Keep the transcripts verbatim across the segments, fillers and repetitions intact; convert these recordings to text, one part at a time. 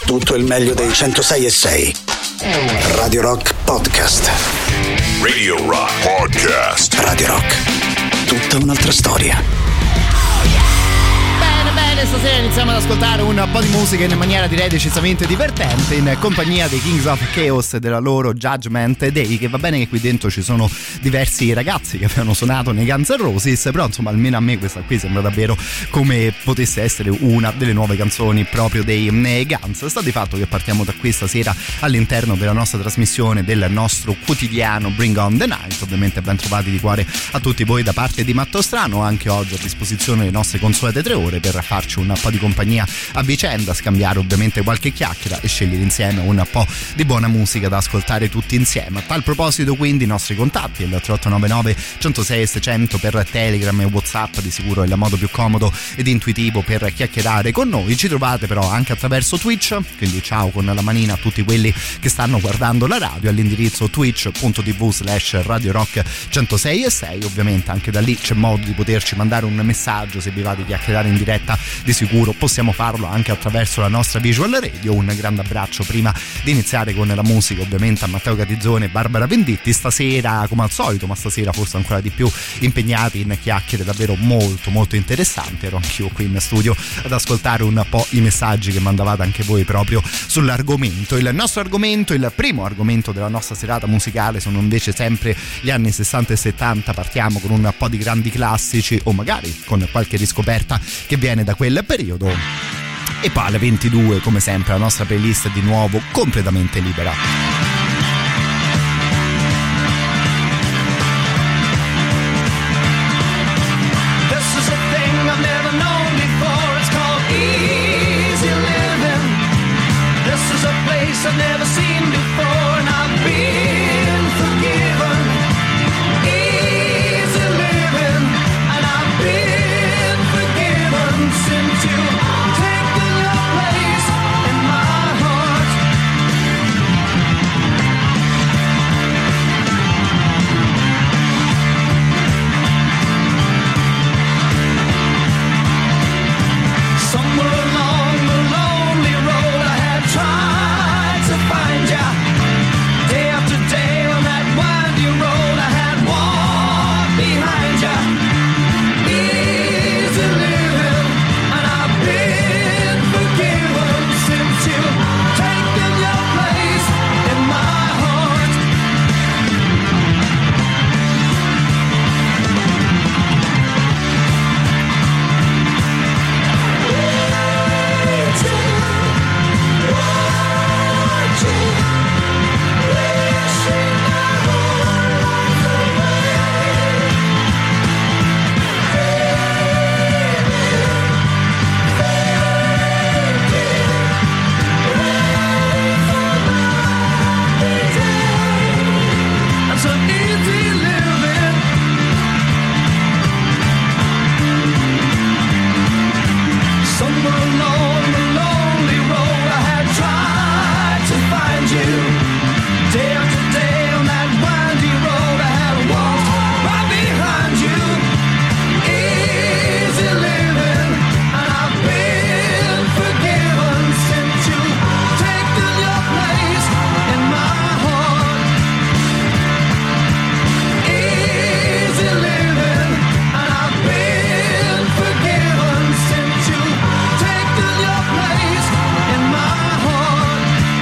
tutto il meglio dei centosei e sei. Radio Rock Podcast. Radio Rock Podcast. Radio Rock. Tutta un'altra storia. Stasera iniziamo ad ascoltare un po' di musica in maniera direi decisamente divertente in compagnia dei Kings of Chaos e della loro Judgment Day, che va bene che qui dentro ci sono diversi ragazzi che avevano suonato nei Guns N' Roses, però insomma almeno a me questa qui sembra davvero come potesse essere una delle nuove canzoni proprio dei Guns. Sta di fatto che partiamo da qui stasera all'interno della nostra trasmissione, del nostro quotidiano Bring On The Night. Ovviamente ben trovati di cuore a tutti voi da parte di Matto Strano, anche oggi a disposizione le nostre consuete tre ore per farci un po' di compagnia a vicenda, scambiare ovviamente qualche chiacchiera e scegliere insieme un po' di buona musica da ascoltare tutti insieme. A tal proposito quindi i nostri contatti, il tre otto nove nove centosei seicento per Telegram e WhatsApp, di sicuro è il modo più comodo ed intuitivo per chiacchierare con noi. Ci trovate però anche attraverso Twitch, quindi ciao con la manina a tutti quelli che stanno guardando la radio all'indirizzo twitch punto tv slash Radio Rock centosei e sei. Ovviamente anche da lì c'è modo di poterci mandare un messaggio se vi va di chiacchierare in diretta. Di sicuro possiamo farlo anche attraverso la nostra visual radio. Un grande abbraccio prima di iniziare con la musica ovviamente a Matteo Catizzone e Barbara Venditti, stasera come al solito, ma stasera forse ancora di più impegnati in chiacchiere davvero molto molto interessanti. Ero anch'io qui in studio ad ascoltare un po' i messaggi che mandavate anche voi proprio sull'argomento. Il nostro argomento, il primo argomento della nostra serata musicale, sono invece sempre gli anni sessanta e settanta. Partiamo con un po' di grandi classici o magari con qualche riscoperta che viene da quel periodo, e poi alle ventidue come sempre la nostra playlist di nuovo completamente libera. I've never seen before, and I've been forgiven. Easy living, and I've been forgiven since you've taken your place in my heart. Somewhere along the lonely road I had tried to find ya. Day after day on that winding road I had walked behind ya. Easy living, and I've been forgiven since you've taken your place in my heart. I'm so easy living. Somewhere along the lonely road I had tried to find you. Day after day on that windy road I had walked right behind you. Easy living, and I've been forgiven since you've taken your place in my heart. Easy living, and I've been forgiven since you've taken your place in my heart.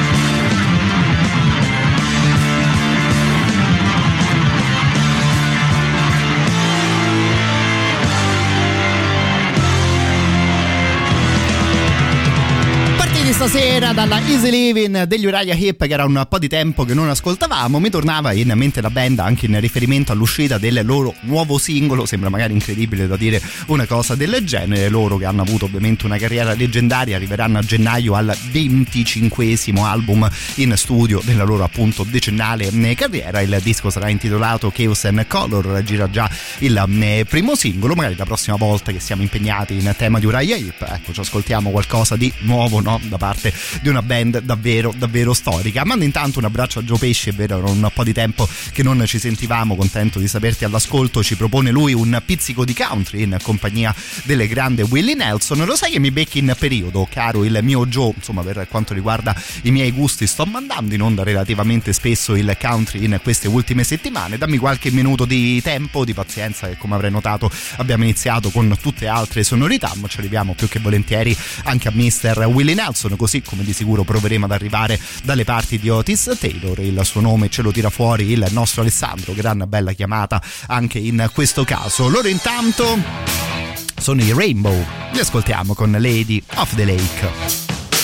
Partiti stasera dalla Easy Living degli Uriah Heep, che era un po' di tempo che non ascoltavamo. Mi tornava in mente la band anche in riferimento all'uscita del loro nuovo singolo. Sembra magari incredibile da dire una cosa del genere, loro che hanno avuto ovviamente una carriera leggendaria, arriveranno a gennaio al venticinquesimo album in studio della loro appunto decennale carriera. Il disco sarà intitolato Chaos and Color, gira già il primo singolo. Magari la prossima volta che siamo impegnati in tema di Uriah Heep, ecco, ci ascoltiamo qualcosa di nuovo, no? da parte di una band davvero davvero storica. Mando intanto un abbraccio a Gio Pesci, è vero, era un po' di tempo che non ci sentivamo, contento di saperti all'ascolto. Ci propone lui un pizzico di country in compagnia delle grande Willie Nelson. Lo sai che mi becchi in periodo, caro il mio Joe, insomma, per quanto riguarda i miei gusti sto mandando in onda relativamente spesso il country in queste ultime settimane. Dammi qualche minuto di tempo, di pazienza, che come avrai notato abbiamo iniziato con tutte altre sonorità, ma ci arriviamo più che volentieri anche a mister Willie Nelson, così come di sicuro proveremo ad arrivare dalle parti di Otis Taylor. Il suo nome ce lo tira fuori il nostro Alessandro, gran bella chiamata anche in questo caso. Loro intanto sono i Rainbow, li ascoltiamo con Lady of the Lake.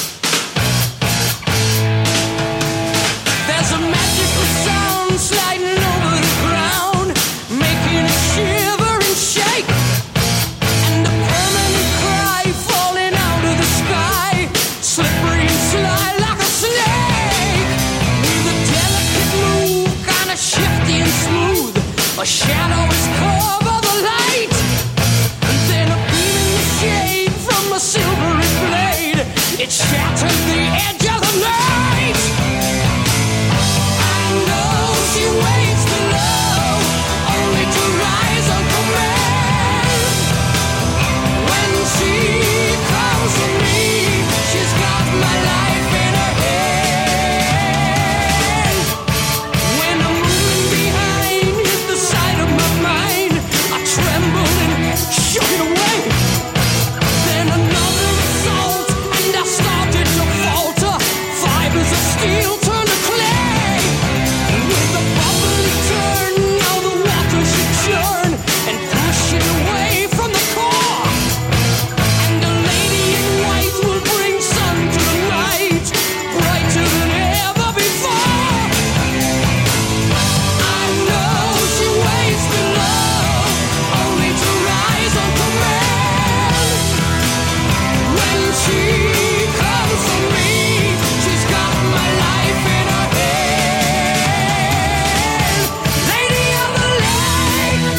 A shadow is cover the light, and then a beam in the shade from a silvery blade. It shattered the edge of the night. I know she waits below, only to rise on command. When she comes to me, she's got my life in her hand. When I'm moving behind the side of my mind, I tremble and shook it away. Then another assault, and I started to falter. Fibers of steel turn to clay. And with a bubbly turn, now the water should churn and push it away from the core. And a lady in white will bring sun to the night, brighter than ever before. I know she waits below, only to rise on command. When she comes for me, she's got my life in her hand. Lady of the Lake.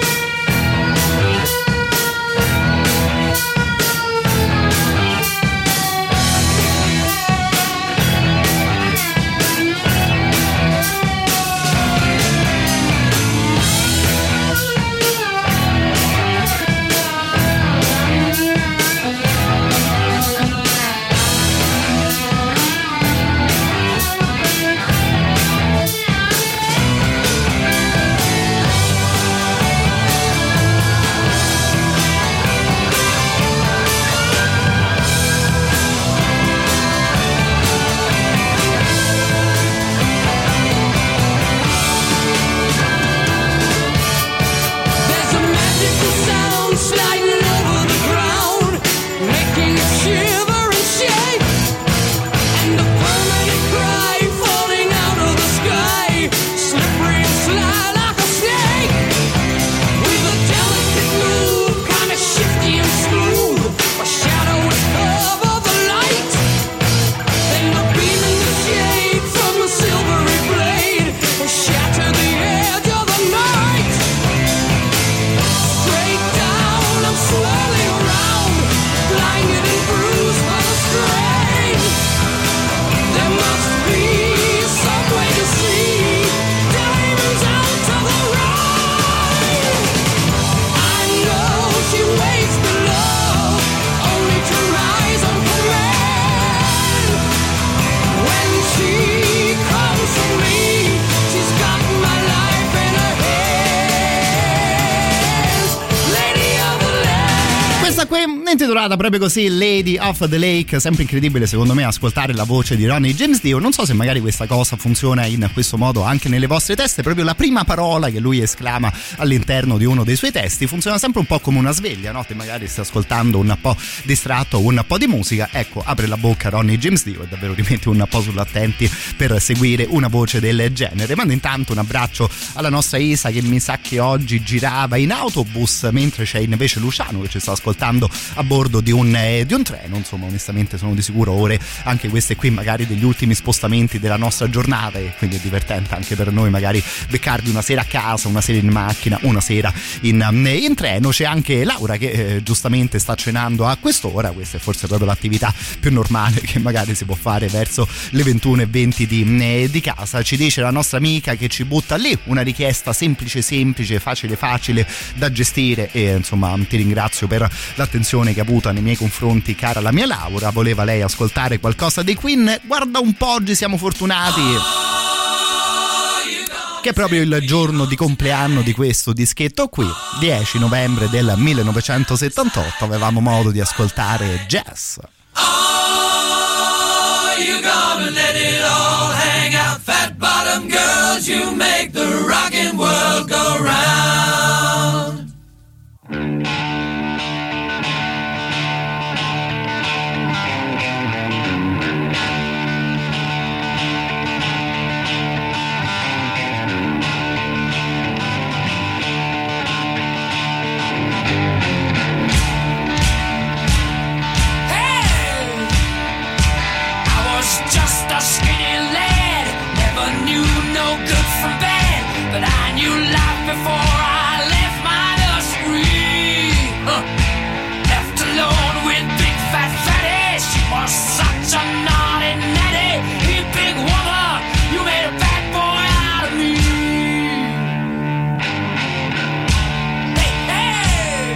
There's a magical sound sliding over the ground, making it shiver and shake. And a permanent cry falling out of the sky, slippery and sly like a snake. With a delicate move, kinda shifty and smooth, a shadow is cover the light. Then the beam in the shade from a silvery blade will shatter the edge of the night. Straight down, I'm swirling around, blinded and bruised by the strain. There must be some way to see diamonds out of the rain. I know she waits below, only to rise on command. When she comes for me, she's got my life in her hands. Lady of the Lake. Questa qui è intitolata proprio così, Lady of the Lake. Sempre incredibile secondo me ascoltare la voce di Ronnie James Dio. Non so se magari questa cosa funziona in questo modo anche nelle vostre teste. Proprio la prima parola che lui esclama all'interno di uno dei suoi testi funziona sempre un po' come una sveglia, no? Te magari stai ascoltando un po' distratto un po' di musica, ecco, apre la bocca Ronnie James Dio e davvero ti metti un po' sull'attenti per seguire una voce del genere. Mando intanto un abbraccio alla nostra Isa, che mi sa che oggi girava in autobus, mentre c'è invece Luciano che ci sta ascoltando a bordo di un, eh, di un treno. Insomma, onestamente sono di sicuro ore anche queste qui magari degli ultimi spostamenti della nostra giornata, e quindi è divertente anche per noi magari beccarvi una sera a casa, una sera in macchina, una sera in, in treno. C'è anche Laura che eh, giustamente sta cenando a quest'ora. Questa è forse proprio l'attività più normale che magari si può fare verso le ventuno e venti di, eh, di casa. Ci dice la nostra amica che ci butta lì una richiesta semplice semplice, facile facile da gestire, e insomma ti ringrazio per l'attenzione che ha avuto nei miei confronti, cara la mia Laura. Voleva lei ascoltare qualcosa dei Queen. Guarda un po', oggi siamo fortunati che è proprio il giorno di compleanno di questo dischetto qui, dieci novembre del millenovecentosettantotto. Avevamo modo di ascoltare Jazz. Oh, you gonna let it all hang out, fat bottom girls, you make the rockin' world go round. Just a skinny lad, never knew no good from bad, but I knew life before I left my nursery. Huh. Left alone with big fat fatty, she was such a naughty natty. You big woman, you made a bad boy out of me. Hey, hey!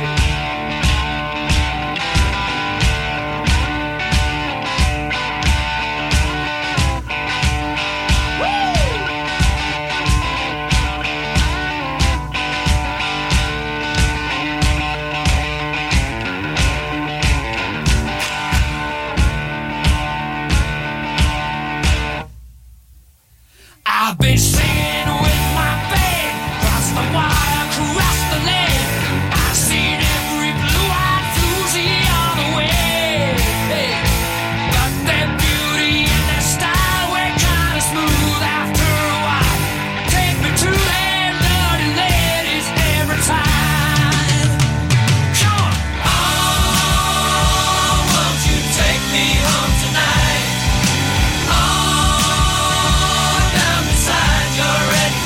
I've been singing with my band, cross the wire, across the land. I've seen every blue-eyed floozy on the way. Hey, but their beauty and their style were kind of smooth after a while. Take me to their dirty ladies every time. Come on! Oh, won't you take me home tonight? Oh, down beside your red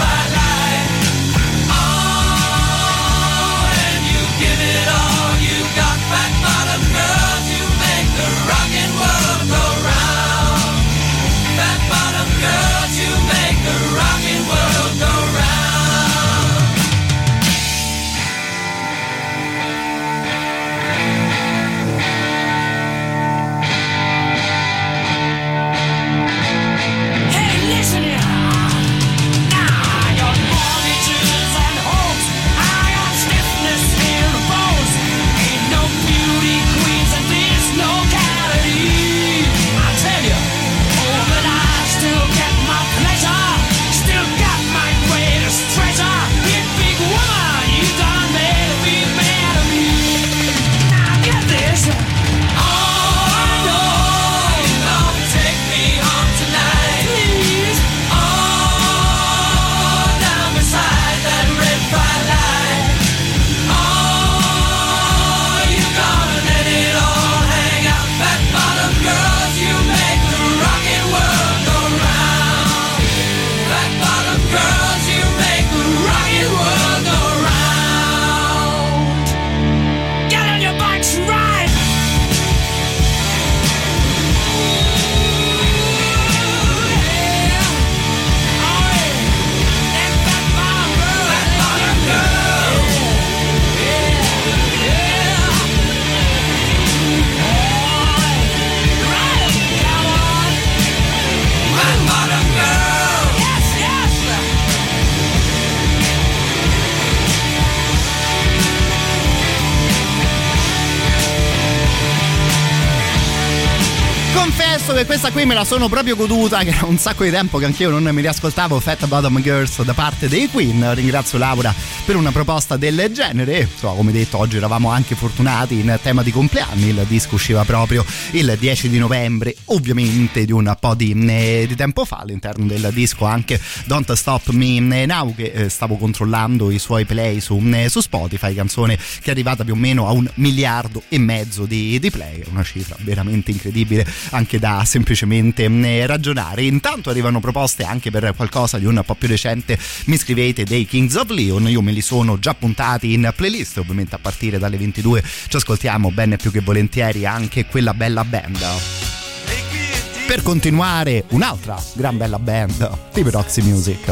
confesso che questa qui me la sono proprio goduta, che era un sacco di tempo che anch'io non mi riascoltavo Fat Bottom Girls da parte dei Queen. Ringrazio Laura per una proposta del genere. Insomma, come detto, oggi eravamo anche fortunati in tema di compleanni, il disco usciva proprio il dieci di novembre, ovviamente di un po' di, di tempo fa. All'interno del disco anche Don't Stop Me Now, che eh, stavo controllando i suoi play su, su Spotify, canzone che è arrivata più o meno a un miliardo e mezzo di, di play, una cifra veramente incredibile anche da semplicemente ragionare. Intanto arrivano proposte anche per qualcosa di un po' più recente, mi scrivete, dei Kings of Leon. Io me li sono già puntati in playlist, ovviamente a partire dalle ventidue ci ascoltiamo ben più che volentieri anche quella bella band. Per continuare, un'altra gran bella band, tipo Roxy Music.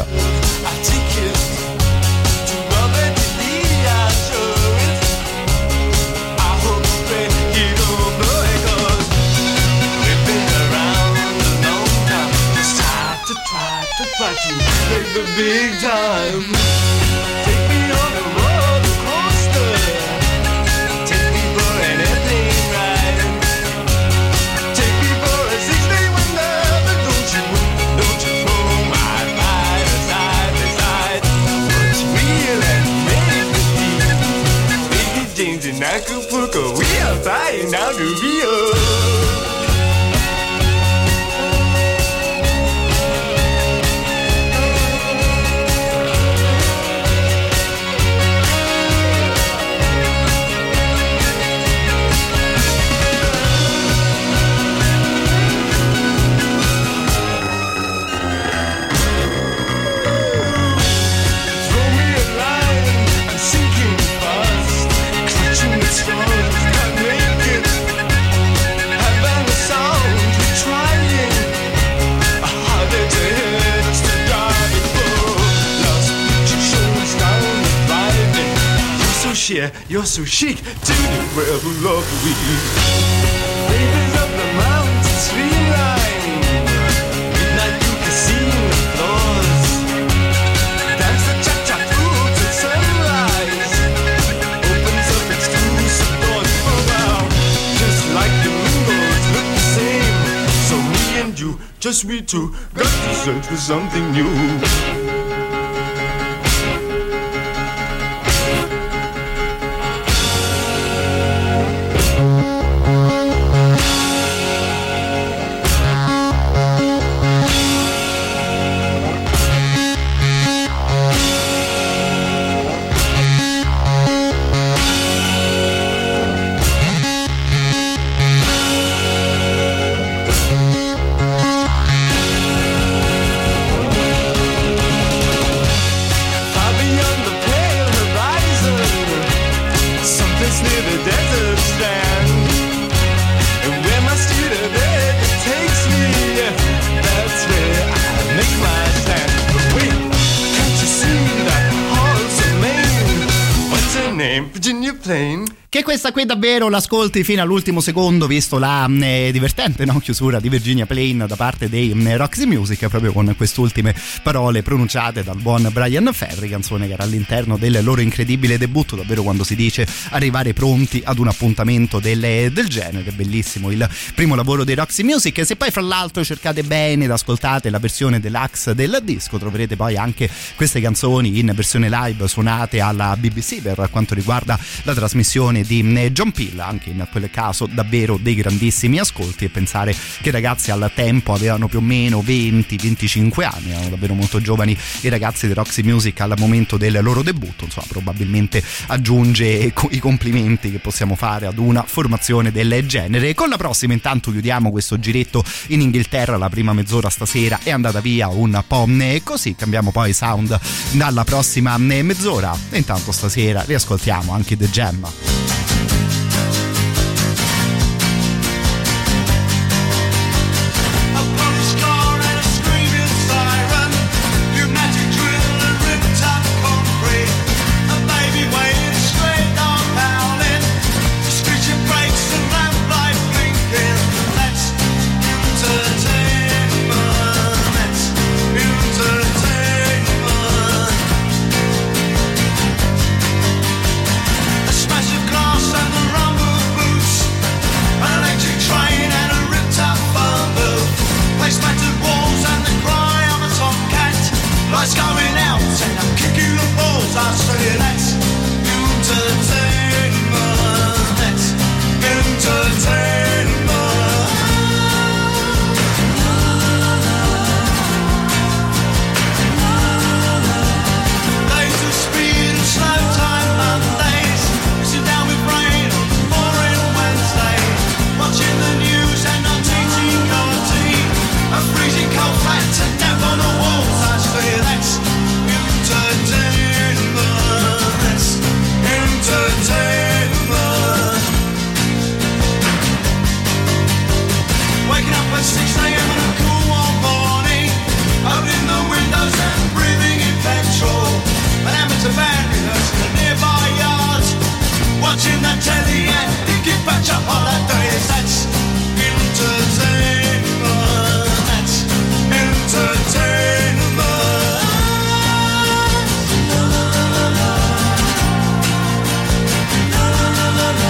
Take the big time. Take me on a roller coaster. Take me for an airplane ride. Take me for a six-day wonder. But don't you, don't you throw my ride side by side. What's real and make believe? Baby James in Acapulco, we are flying down to Rio. You're so chic to the world who love we. Babies up the mountain streamline, midnight you casino floors. Dance the cha-cha through to sunrise. Opens up exclusive doors. Oh wow, just like the windows look the same. So me and you, just we two, got to search for something new. Che questa qui davvero l'ascolti fino all'ultimo secondo, visto la eh, divertente no, chiusura di Virginia Plain da parte dei eh, Roxy Music, proprio con quest'ultime parole pronunciate dal buon Brian Ferry, canzone che era all'interno del loro incredibile debutto, davvero quando si dice arrivare pronti ad un appuntamento del, del genere. Bellissimo il primo lavoro dei Roxy Music. Se poi fra l'altro cercate bene ed ascoltate la versione deluxe del disco, troverete poi anche queste canzoni in versione live suonate alla B B C per quanto riguarda la trasmissione di John Peel, anche in quel caso davvero dei grandissimi ascolti. E pensare che i ragazzi al tempo avevano più o meno venti venticinque anni, erano davvero molto giovani i ragazzi di Roxy Music al momento del loro debutto, insomma probabilmente aggiunge i complimenti che possiamo fare ad una formazione del genere. Con la prossima intanto chiudiamo questo giretto in Inghilterra, la prima mezz'ora stasera è andata via un po' così, cambiamo poi sound dalla prossima mezz'ora e intanto stasera riascoltiamo anche The Jam. Smash of glass. That's a tap on the walls, I say that's entertainment. That's entertainment. Waking up at six a.m. on a cool warm morning, opening the windows and breathing in petrol. An amateur band rehearsing in a nearby yard, watching the telly and thinking about your holidays. That's entertainment. That's entertainment. La, la, la, la, la, la, la, la.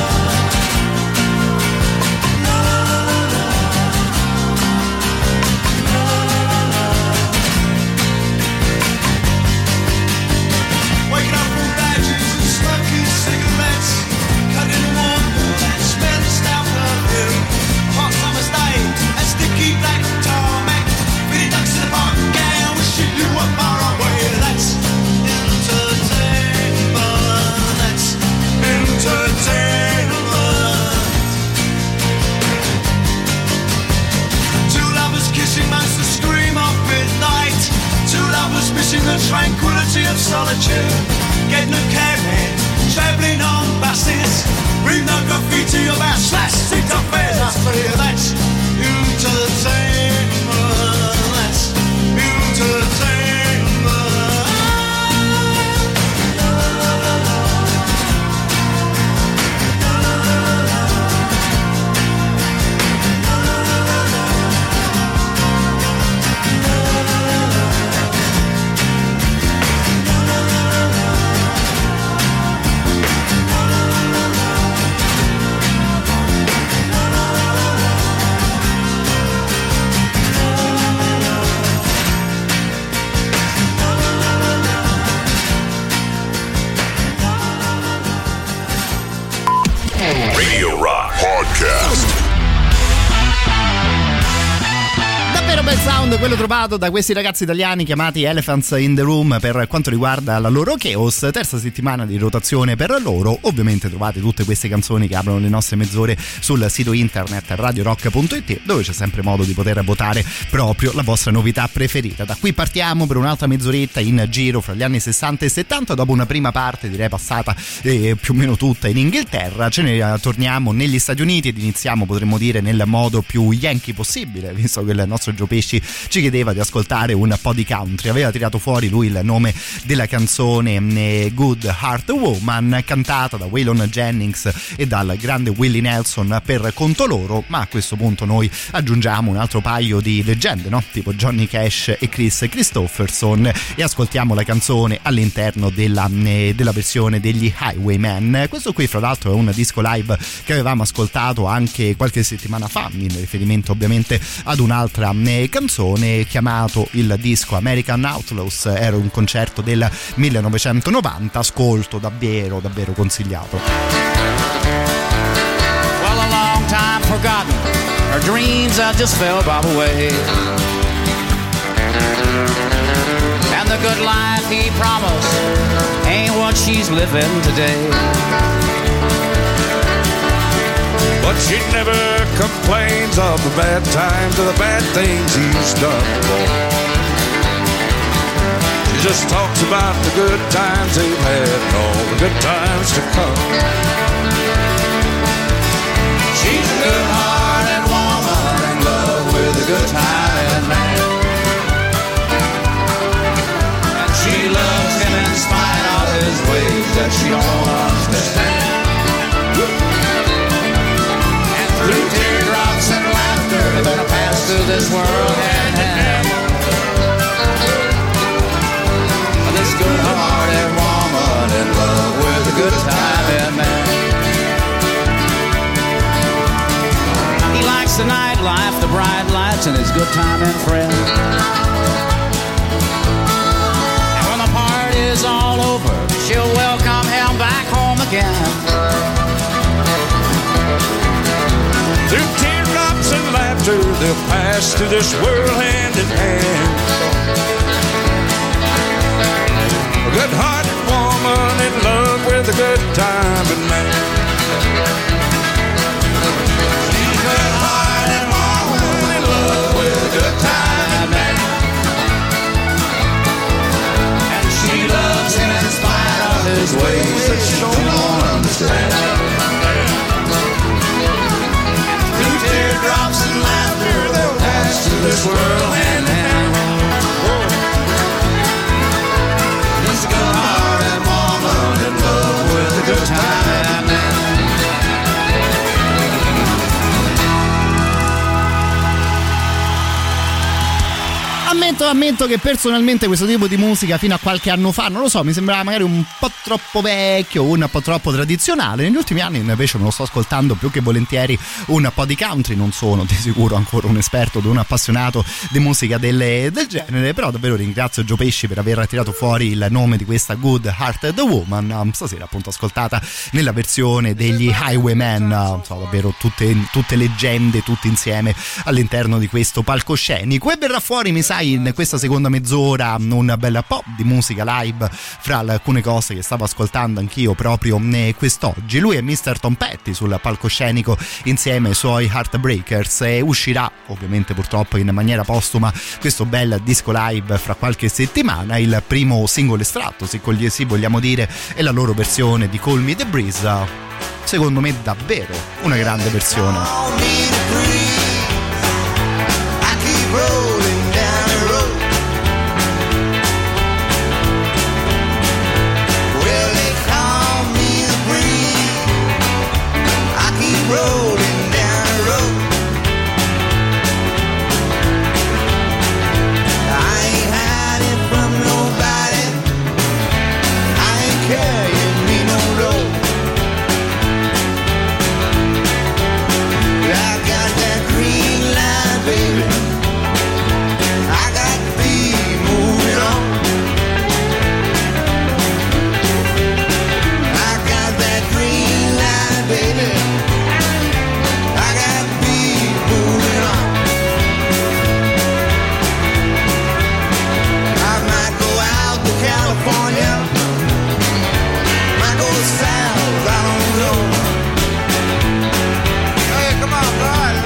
Waking up from badges and smoking cigarettes, cutting water and smelling stout perfume. Hot summer's day and sticky black tarmac, pretty ducks in the park, gal wishing you were far away. That's entertainment. That's entertainment. Two lovers kissing makes the scream of midnight. Two lovers missing the tranquility of solitude. Getting a cab in, travelling on buses. Read no graffiti about slash seat affairs. I say that's entertainment. That's entertainment. La, la, la, la, la. La, la, la, la, la. La, la, la, la, la. Radio Rock Podcast. Davvero bel sound quello trovato da questi ragazzi italiani chiamati Elephants in the Room per quanto riguarda la loro Chaos, terza settimana di rotazione per loro. Ovviamente trovate tutte queste canzoni che aprono le nostre mezz'ore sul sito internet radio rock punto it, dove c'è sempre modo di poter votare proprio la vostra novità preferita. Da qui partiamo per un'altra mezz'oretta in giro fra gli anni sessanta e settanta, dopo una prima parte direi passata eh, più o meno tutta in Inghilterra. Ce ne eh, torniamo negli Stati Uniti ed iniziamo, potremmo dire, nel modo più yankee possibile, visto che il nostro Gio Pesci ci chiedeva di ascoltare un po' di country. Aveva tirato fuori lui il nome della canzone Good Heart Woman, cantata da Waylon Jennings e dal grande Willie Nelson per conto loro, ma a questo punto noi aggiungiamo un altro paio di leggende, no? Tipo Johnny Cash e Chris Christopherson, e ascoltiamo la canzone all'interno della, della versione degli Highwaymen. Questo qui fra l'altro è un disco live che avevamo ascoltato anche qualche settimana fa, in riferimento ovviamente ad un'altra canzone, chiamato il disco American Outlaws. Era un concerto del millenovecentonovanta, ascolto davvero davvero consigliato. Well, a long time forgotten, her dreams I just fell by the way, and the good life he promised ain't what she's living today. But she never complains of the bad times or the bad things he's done. She just talks about the good times they've had and all the good times to come. She's a good-hearted woman in love with a good time man, and she loves him in spite of his ways that she don't understand. And through teardrops and laughter, they're gonna pass through this world hand in hand. This good-hearted woman in love with a good time man. He likes the nightlife, the bright lights, and his good time and friend. And when the party's all over, she'll welcome him back home again. Through teardrops and laughter, they'll pass through this world hand in hand. A good-hearted woman in love with a good time and man. She's a good-hearted woman in love with a good time man. world hand in hand. This good-hearted woman in love with a good time. Ammetto, ammetto che personalmente questo tipo di musica fino a qualche anno fa, non lo so, mi sembrava magari un po' troppo vecchio, un po' troppo tradizionale. Negli ultimi anni invece me lo sto ascoltando più che volentieri un po' di country. Non sono di sicuro ancora un esperto o un appassionato di musica delle, del genere, però davvero ringrazio Gio Pesci per aver tirato fuori il nome di questa Good Hearted Woman, stasera appunto ascoltata nella versione degli Highwaymen. So, davvero tutte, tutte leggende tutte insieme all'interno di questo palcoscenico. E verrà fuori, mi sai, in questa seconda mezz'ora un bel po' di musica live fra alcune cose che stavo ascoltando anch'io proprio quest'oggi. Lui è mister Tom Petty sul palcoscenico insieme ai suoi Heartbreakers, e uscirà ovviamente purtroppo in maniera postuma questo bel disco live fra qualche settimana. Il primo singolo estratto, se così vogliamo dire, è la loro versione di Call Me The Breeze, secondo me davvero una grande versione. Rolling down the road, I ain't hiding from nobody, I ain't carrying me no load. I got that green light, baby, I got to be moving on. I got that green light, baby, California, might go south, I don't know. Hey, come on, guys.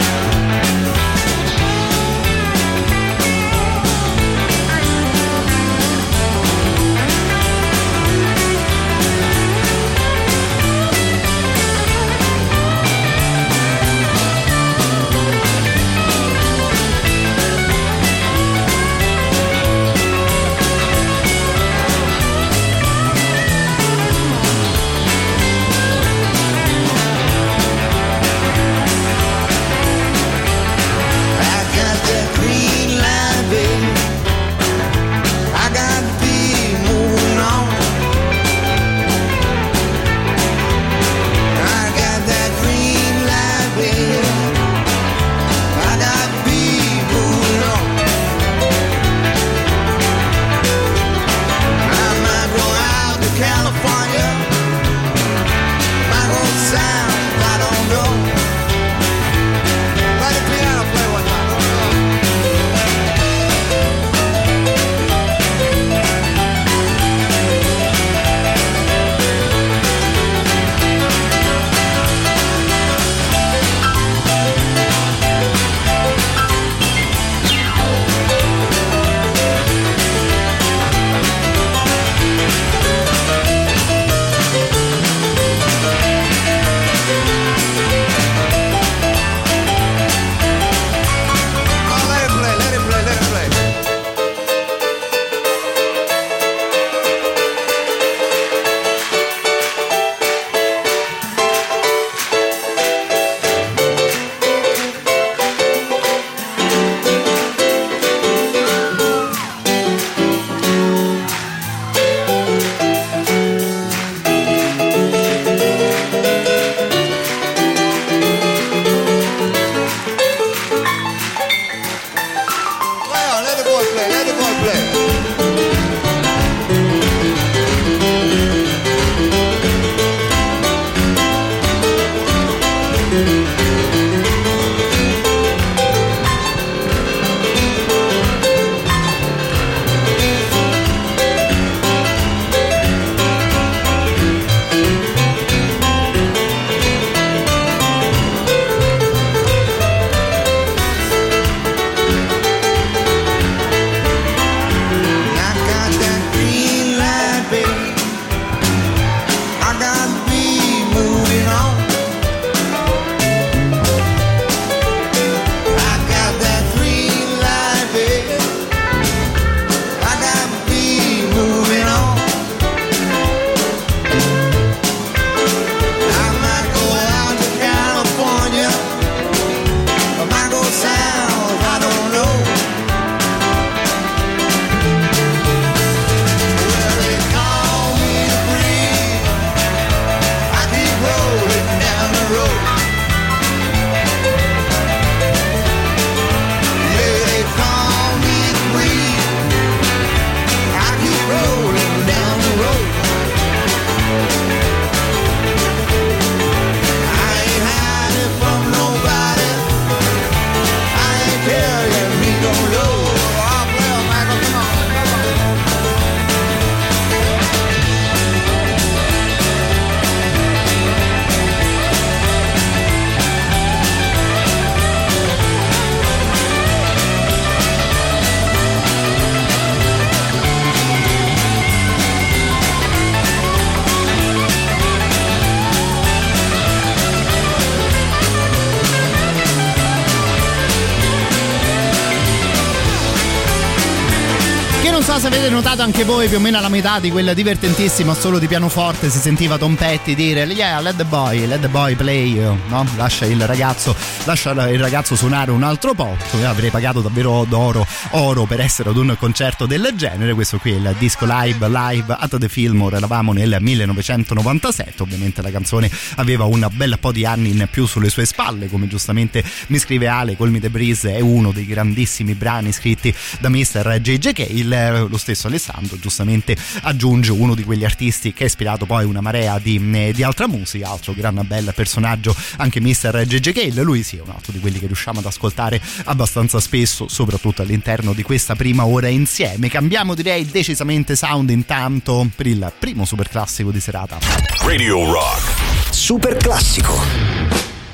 Io non so se avete notato anche voi, più o meno alla metà di quel divertentissimo solo di pianoforte si sentiva Tom Petty dire yeah, let the boy, let the boy play, no? Lascia il ragazzo, lascia il ragazzo suonare un altro po'. Io avrei pagato davvero d'oro oro per essere ad un concerto del genere. Questo qui è il disco live live at the Fillmore, eravamo nel millenovecentonovantasette. Ovviamente la canzone aveva un bel po' di anni in più sulle sue spalle, come giustamente mi scrive Ale. Call Me the Breeze è uno dei grandissimi brani scritti da mister J J Cale. Lo stesso Alessandro giustamente aggiunge uno di quegli artisti che ha ispirato poi una marea di, di altra musica, altro gran bel personaggio anche mister J J Cale. Lui sì è un altro di quelli che riusciamo ad ascoltare abbastanza spesso, soprattutto all'interno di questa prima ora insieme. Cambiamo direi decisamente sound intanto per il primo super classico di serata. Radio Rock Super classico.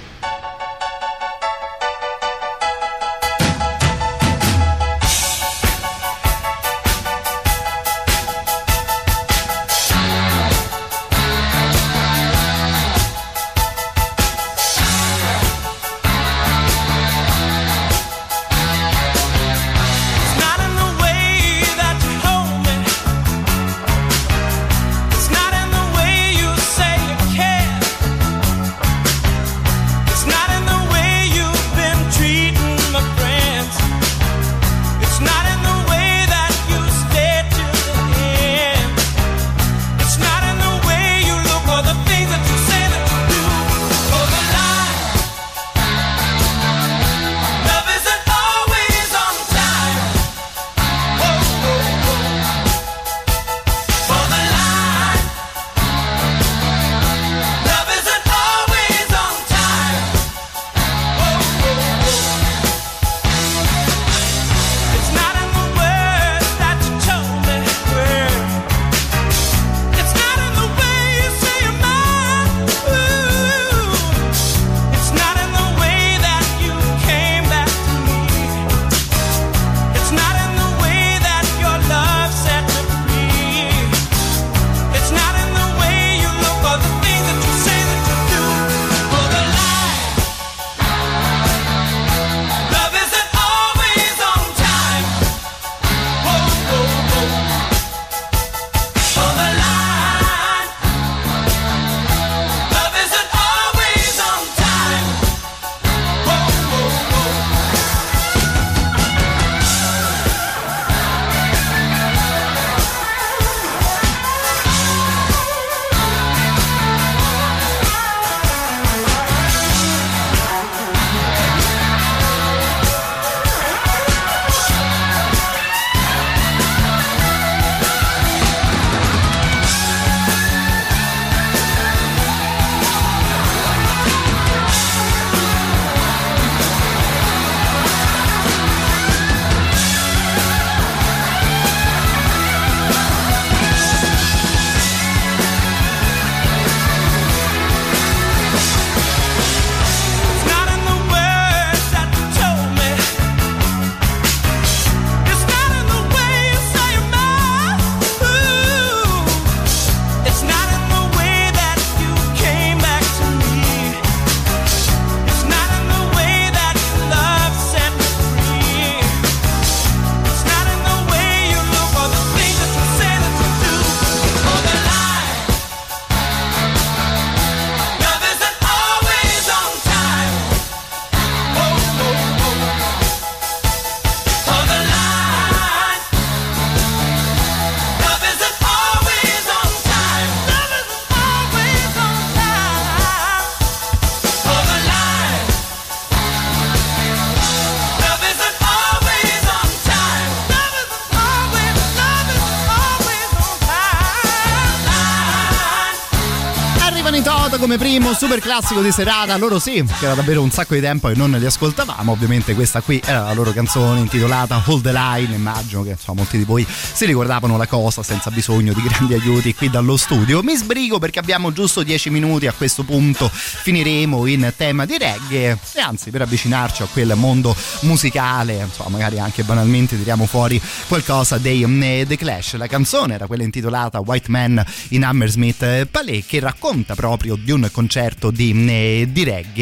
come primo super classico di serata. Loro sì, che era davvero un sacco di tempo che non li ascoltavamo. Ovviamente questa qui era la loro canzone intitolata Hold the Line. Immagino che insomma molti di voi si ricordavano la cosa senza bisogno di grandi aiuti qui dallo studio. Mi sbrigo perché abbiamo giusto dieci minuti. A questo punto finiremo in tema di reggae e anzi per avvicinarci a quel mondo musicale, insomma magari anche banalmente tiriamo fuori qualcosa dei The Clash. La canzone era quella intitolata White Man in Hammersmith Palais, che racconta proprio di un concerto di, di reggae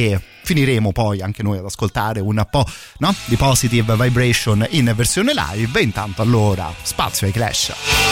finiremo poi anche noi ad ascoltare un po', no? di Positive Vibration in versione live. Intanto allora spazio ai Clash.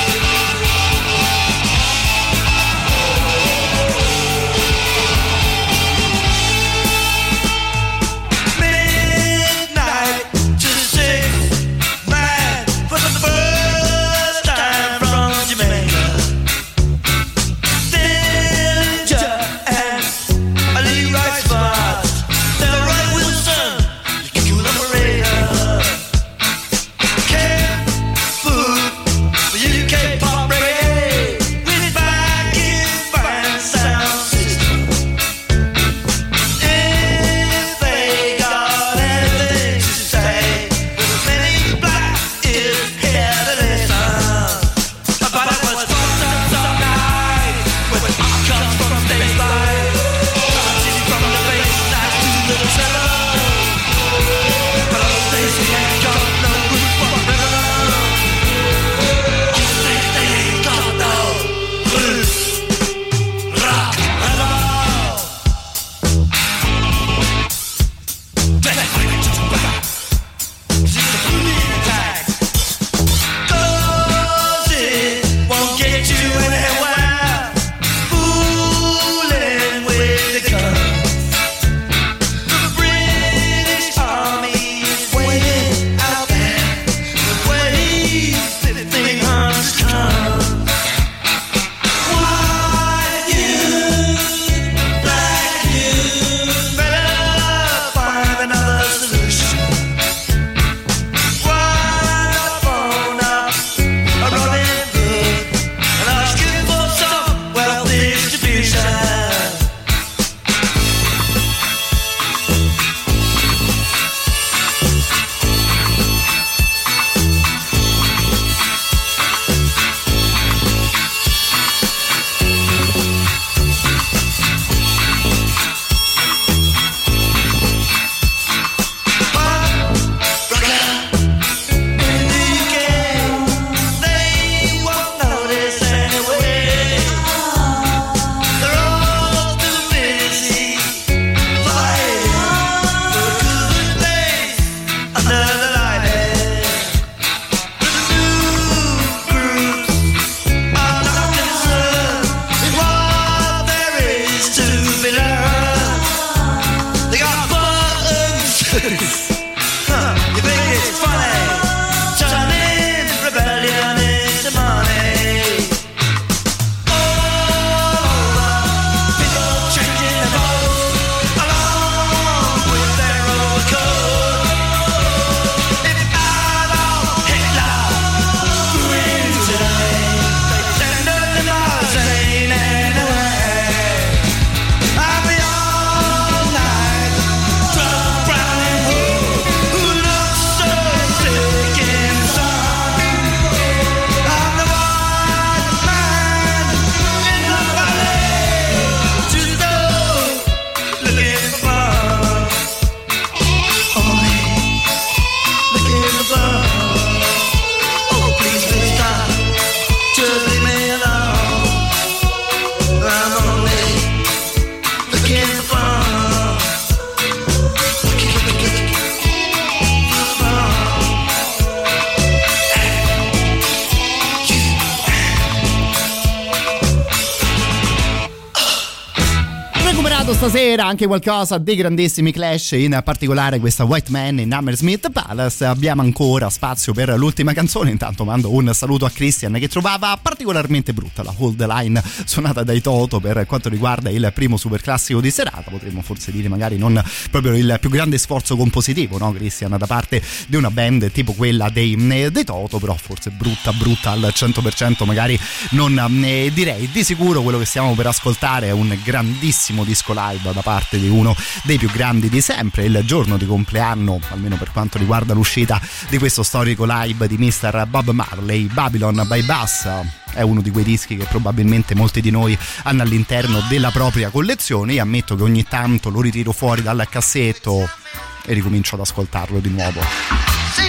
Stasera anche qualcosa dei grandissimi Clash, in particolare questa White Man in Hammersmith Palace. Abbiamo ancora spazio per l'ultima canzone. Intanto mando un saluto a Christian, che trovava particolarmente brutta la Hold the Line suonata dai Toto per quanto riguarda il primo superclassico di serata. Potremmo forse dire magari non proprio il più grande sforzo compositivo, no Christian, da parte di una band tipo quella dei, dei Toto, però forse brutta brutta al cento per cento magari non eh, direi. Di sicuro quello che stiamo per ascoltare è un grandissimo disco live da parte di uno dei più grandi di sempre, il giorno di compleanno, almeno per quanto riguarda l'uscita di questo storico live di mister Bob Marley. Babylon by Bass è uno di quei dischi che probabilmente molti di noi hanno all'interno della propria collezione. Io ammetto che ogni tanto lo ritiro fuori dal cassetto e ricomincio ad ascoltarlo di nuovo. See,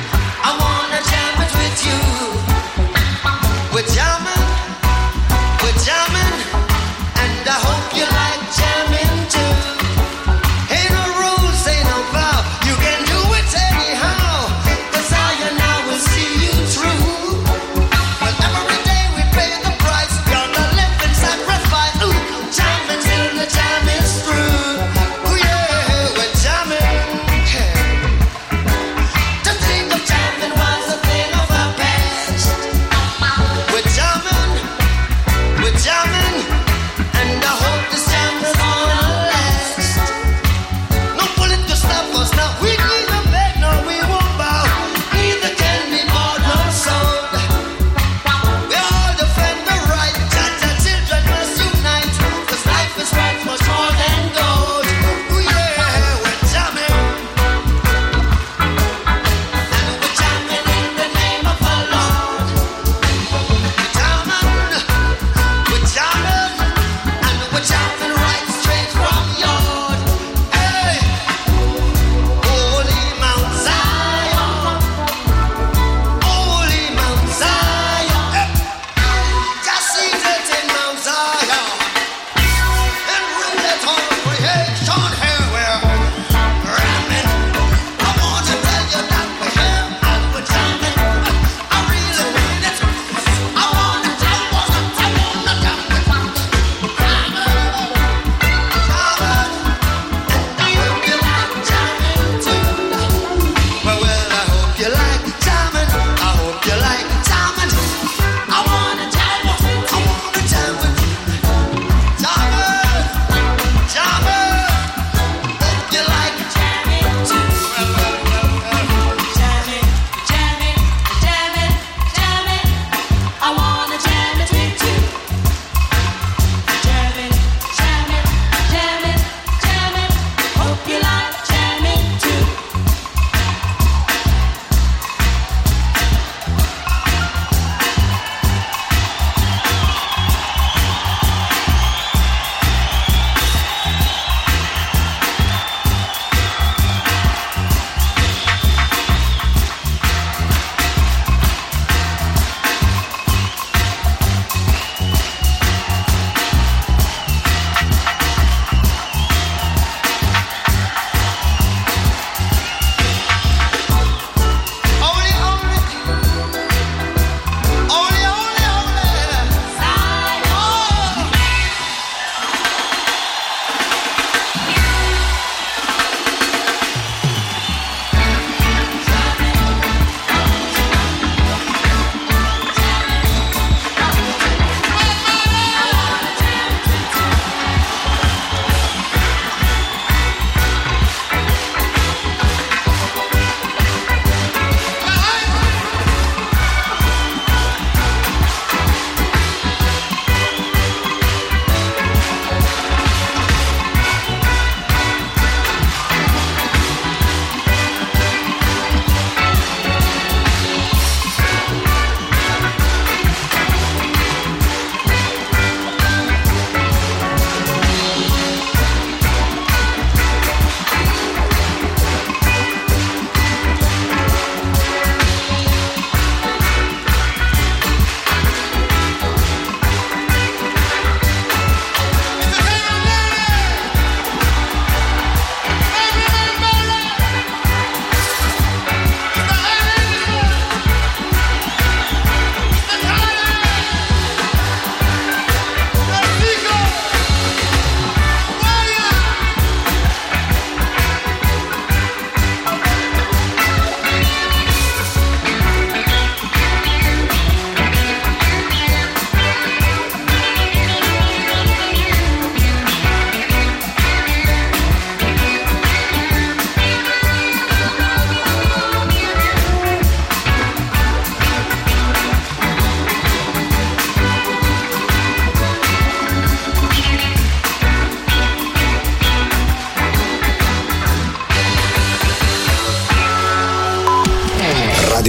I wanna jam it with you. We're jamming, we're jamming, and I hope you like jamming too. Ain't no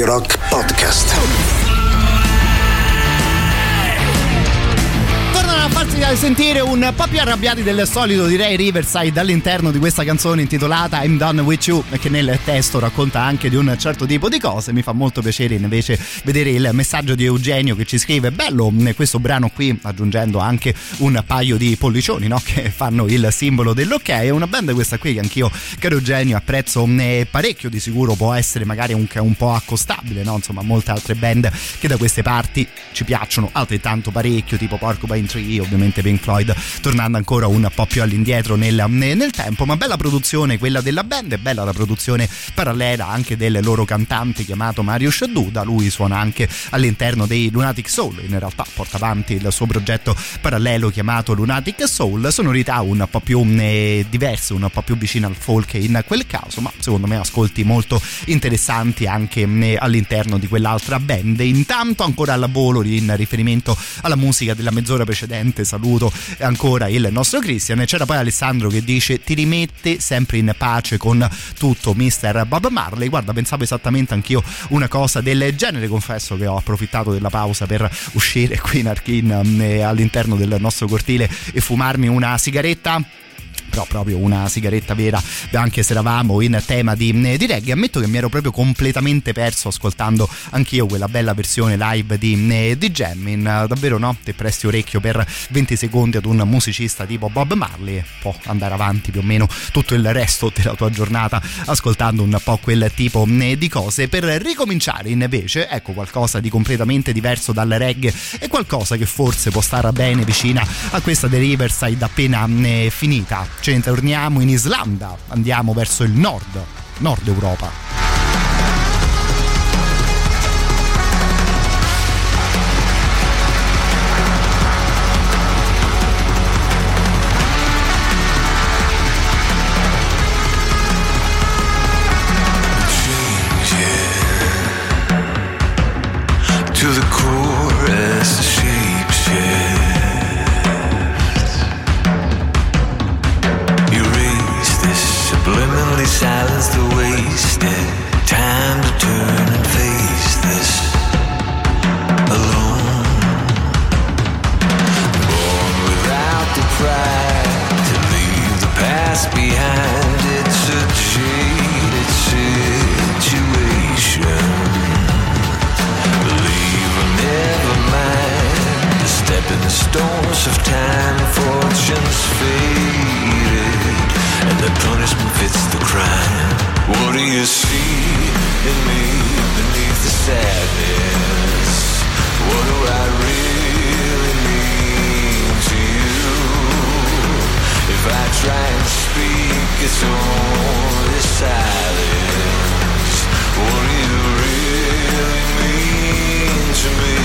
Radio Rock Podcast. A farsi sentire un po' più arrabbiati del solito, direi, Riverside all'interno di questa canzone intitolata I'm Done With You, che nel testo racconta anche di un certo tipo di cose. Mi fa molto piacere invece vedere il messaggio di Eugenio che ci scrive: bello questo brano qui, aggiungendo anche un paio di pollicioni, no? Che fanno il simbolo dell'ok. È una band questa qui che anch'io, caro Eugenio, apprezzo parecchio. Di sicuro può essere magari un, un po' accostabile, no? Insomma, molte altre band che da queste parti ci piacciono altrettanto parecchio, tipo Porcupine Tree, ovviamente Pink Floyd, tornando ancora un po' più all'indietro nel, nel tempo. Ma bella produzione quella della band, è bella la produzione parallela anche del loro cantante chiamato Mariusz Duda. Lui suona anche all'interno dei Lunatic Soul, in realtà porta avanti il suo progetto parallelo chiamato Lunatic Soul, sonorità un po' più eh, diverse, un po' più vicine al folk in quel caso, ma secondo me ascolti molto interessanti anche eh, all'interno di quell'altra band. Intanto ancora al volo, in riferimento alla musica della mezz'ora precedente, saluto ancora il nostro Christian. E c'era poi Alessandro che dice: ti rimette sempre in pace con tutto mister Bob Marley. Guarda, pensavo esattamente anch'io una cosa del genere. Confesso che ho approfittato della pausa per uscire qui in Arkin eh, all'interno del nostro cortile e fumarmi una sigaretta, però proprio una sigaretta vera, anche se eravamo in tema di, di reggae. Ammetto che mi ero proprio completamente perso ascoltando anch'io quella bella versione live di, di Jammin'. Davvero, no? Te presti orecchio per venti secondi ad un musicista tipo Bob Marley e può andare avanti più o meno tutto il resto della tua giornata ascoltando un po' quel tipo di cose. Per ricominciare invece, ecco, qualcosa di completamente diverso dal reggae e qualcosa che forse può stare bene vicina a questa The Riverside appena finita. Ce ne torniamo in Islanda, andiamo verso il nord, nord Europa. To the core as the shape shifts, erase this, subliminally silence the wasted time to turn and face this alone. Born without the pride to leave the past behind. It's a jaded situation. Never mind the stepping stones of time. Fortune's faded and the punishment fits the crime. What do you see in me beneath the sadness? What do I really mean to you? If I try and speak, it's only silence. What do you really mean to me?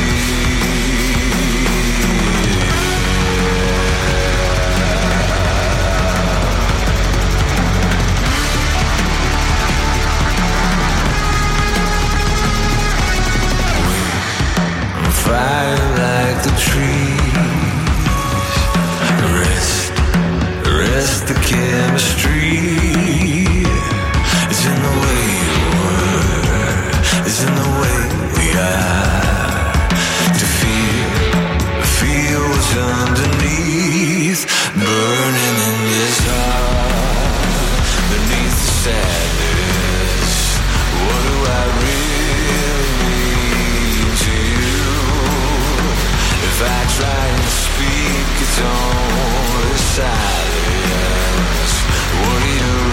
I'm fire like the trees. Rest, rest the chemistry. It's in the way you were. It's in the way we are. To feel, feel what's underneath, burning in this heart, beneath the sadness. What do I really mean to you? If I try and speak, it's only silence. What do you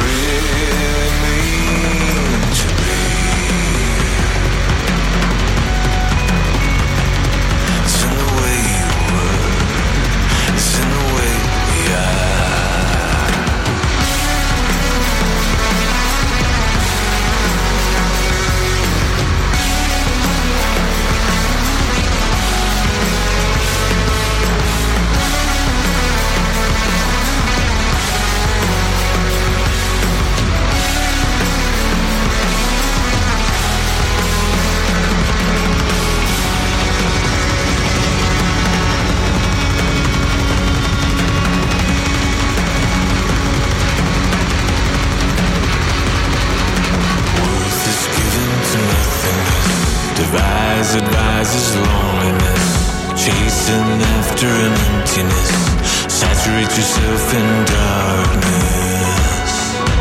devise advises loneliness, chasing after an emptiness. Saturate yourself in darkness,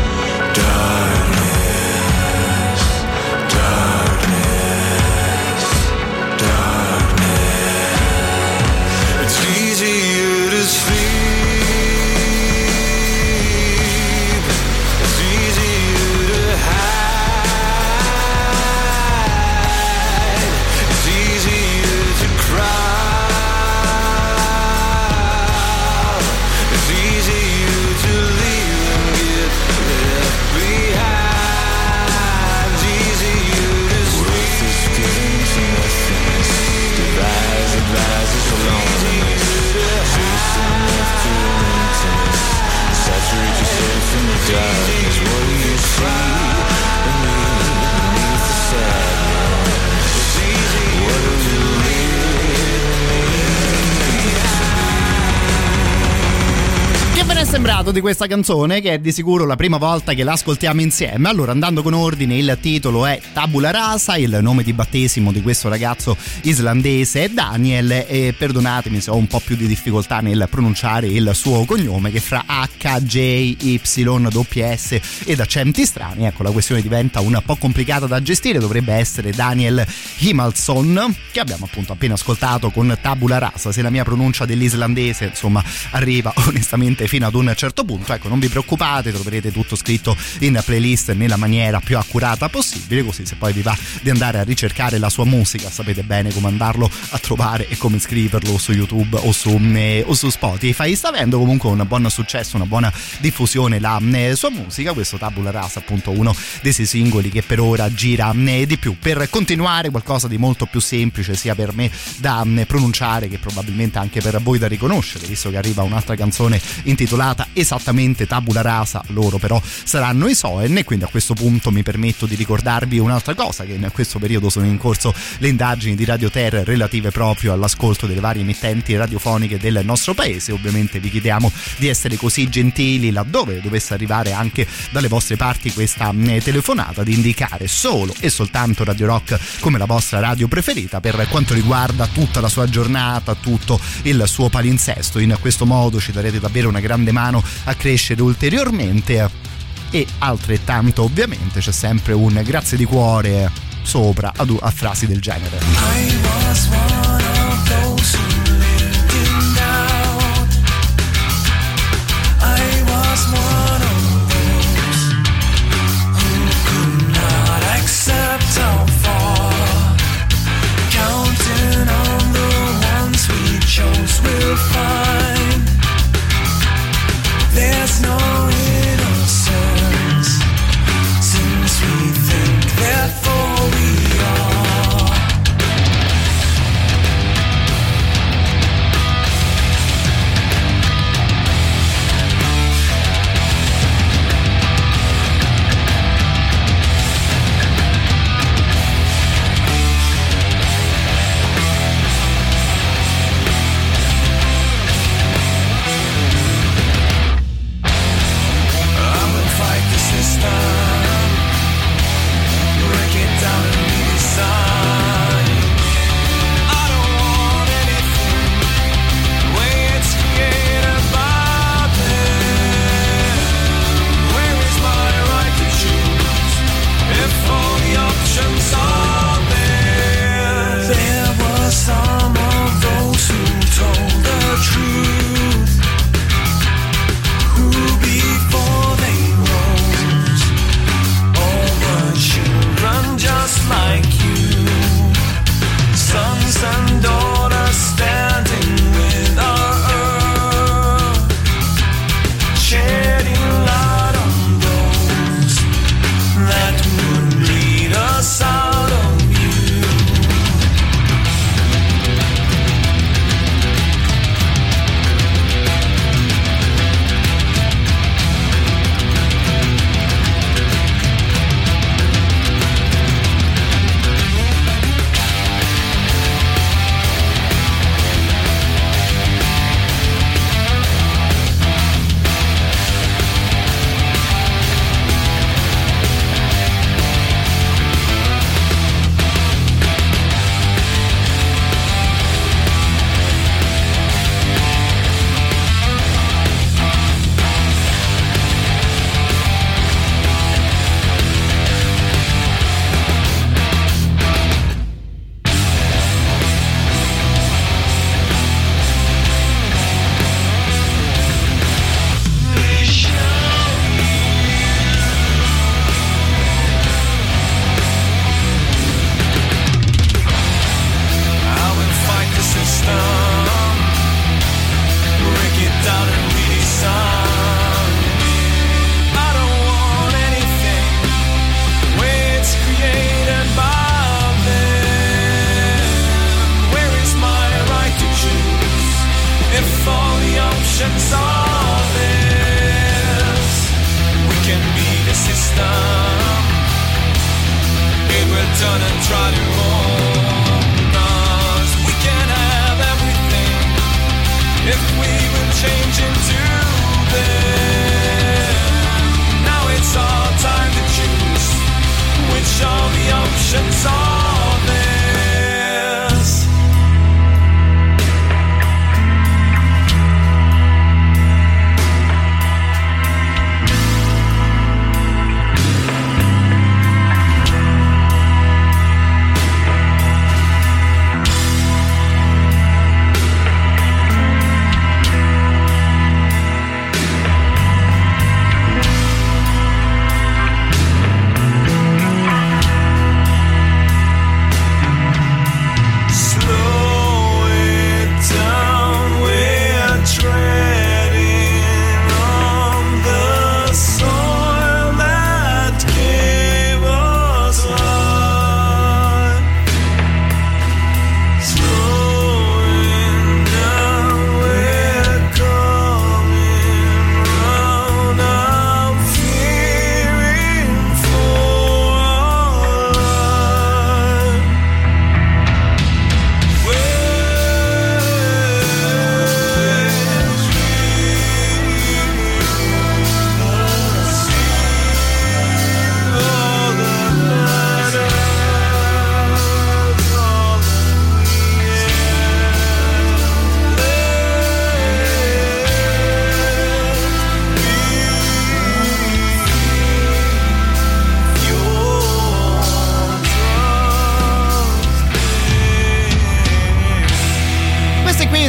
darkness, darkness, darkness. It's easier to sleep. It's easier to hide. It's easier to cry. Saturate yourself in the darkness. What do you see beneath the sadness? What do you Che ve ne è sembrato di questa canzone, che è di sicuro la prima volta che l'ascoltiamo insieme? Allora, andando con ordine, il titolo è Tabula Rasa, il nome di battesimo di questo ragazzo islandese è Daniel, e perdonatemi se ho un po' più di difficoltà nel pronunciare il suo cognome, che fra H, J, Y, W S ed accenti strani, ecco, la questione diventa un po' complicata da gestire. Dovrebbe essere Daniel Himalsson, che abbiamo appunto appena ascoltato con Tabula Rasa. Se la mia pronuncia dell'islandese insomma arriva onestamente fino ad un certo punto, ecco, non vi preoccupate, troverete tutto scritto in playlist nella maniera più accurata possibile, così se poi vi va di andare a ricercare la sua musica sapete bene come andarlo a trovare e come scriverlo su YouTube o su, eh, o su Spotify. Sta avendo comunque un buon successo, una buona diffusione la eh, sua musica. Questo Tabula Rasa, appunto, uno dei sei singoli che per ora gira eh, di più. Per continuare, qualcosa di molto più semplice sia per me da eh, pronunciare che probabilmente anche per voi da riconoscere, visto che arriva un'altra canzone intitolata esattamente Tabula Rasa, loro però saranno i Soen, e quindi a questo punto mi permetto di ricordarvi un'altra cosa, che in questo periodo sono in corso le indagini di Radio Terra relative proprio all'ascolto delle varie emittenti radiofoniche del nostro paese. Ovviamente vi chiediamo di essere così gentili, laddove dovesse arrivare anche dalle vostre parti questa telefonata, di indicare solo e soltanto Radio Rock come la vostra radio preferita per quanto riguarda tutta la sua giornata, tutto il suo palinsesto. In questo modo ci darete davvero una grande mano a crescere ulteriormente, e altrettanto ovviamente c'è sempre un grazie di cuore sopra a, a frasi del genere. I was one of those who lived in doubt. I was one of those who could not accept how far. Counting on the ones we chose will find there's no innocence, since we think therefore we are.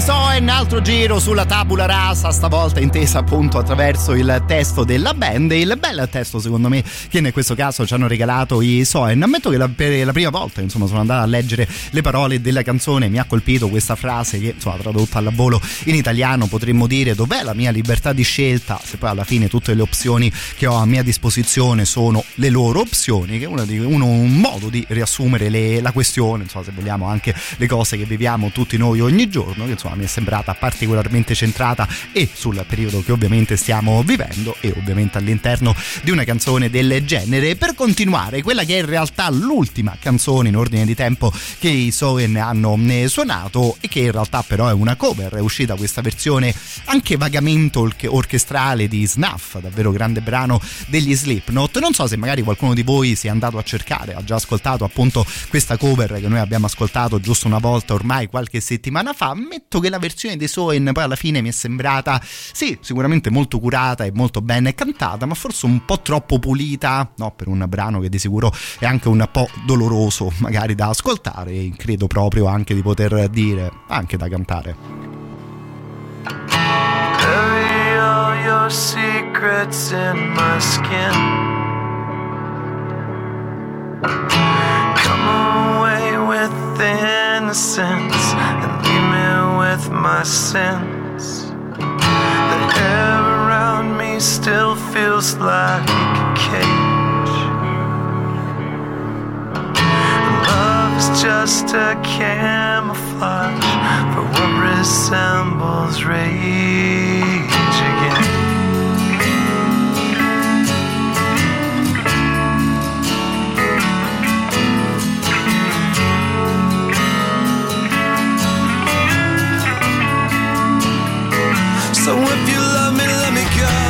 Soen, altro giro sulla tabula rasa, stavolta intesa appunto attraverso il testo della band, il bel testo secondo me che in questo caso ci hanno regalato i Soen. Ammetto che la, per la prima volta insomma sono andato a leggere le parole della canzone, mi ha colpito questa frase che insomma tradotta al volo in italiano potremmo dire: dov'è la mia libertà di scelta se poi alla fine tutte le opzioni che ho a mia disposizione sono le loro opzioni, che è uno, di, uno un modo di riassumere le, la questione, insomma, se vogliamo anche le cose che viviamo tutti noi ogni giorno, che insomma mi è sembrata particolarmente centrata e sul periodo che ovviamente stiamo vivendo e ovviamente all'interno di una canzone del genere. Per continuare, quella che è in realtà l'ultima canzone in ordine di tempo che i Soen hanno suonato e che in realtà però è una cover, è uscita questa versione anche vagamente orchestrale di Snuff, davvero grande brano degli Slipknot. Non so se magari qualcuno di voi si è andato a cercare, ha già ascoltato appunto questa cover che noi abbiamo ascoltato giusto una volta ormai qualche settimana fa. Ammetto che la versione dei Soen poi alla fine mi è sembrata sì, sicuramente molto curata e molto bene cantata, ma forse un po' troppo pulita, no, per un brano che di sicuro è anche un po' doloroso magari da ascoltare e credo proprio anche di poter dire anche da cantare. Bury all your secrets in my skin. Come away with the innocence and leave me with my sins. The air around me still feels like a cage. Love is just a camouflage for what resembles rage again. So if you love me, let me go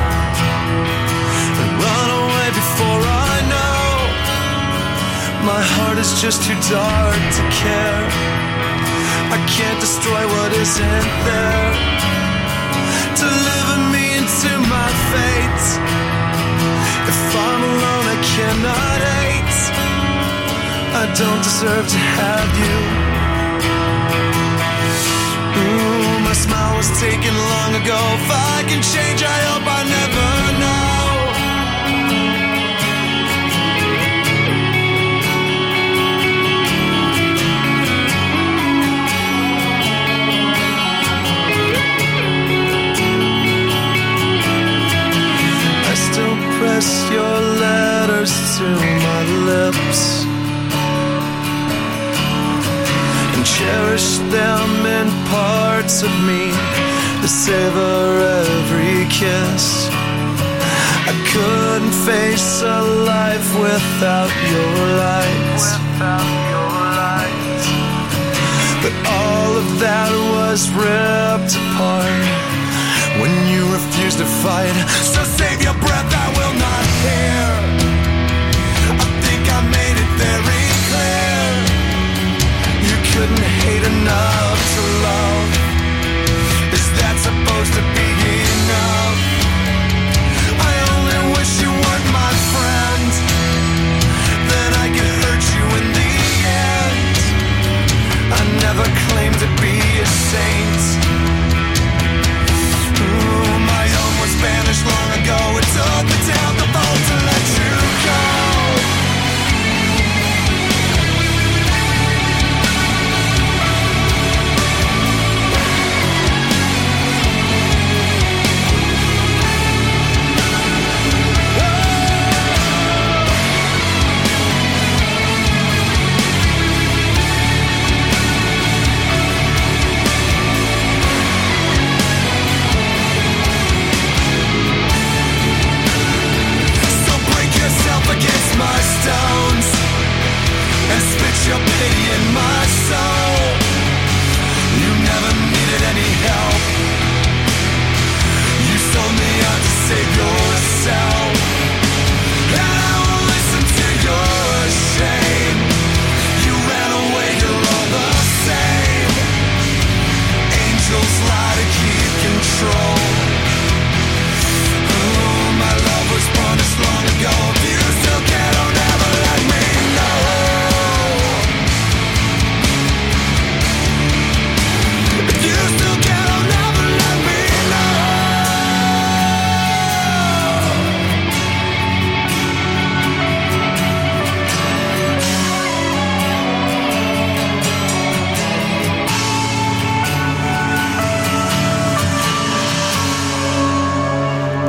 and run away before I know. My heart is just too dark to care. I can't destroy what isn't there. Deliver me into my fate. If I'm alone, I cannot hate. I don't deserve to have you. Ooh, my smile was taken long ago. If I can change, I hope I never know. I still press your letters to my lips and cherish them in parts of me that savor every kiss. I couldn't face a life without your light. Without your light. But all of that was ripped apart when you refused to fight. So save your breath, I will not hear. I think I made it very clear. You couldn't hate enough to love. Is that supposed to be enough? I only wish you weren't my friend. Then I could hurt you in the end. I never claimed to be a saint. Ooh, my own was banished long ago. It took me down the boat to let you go.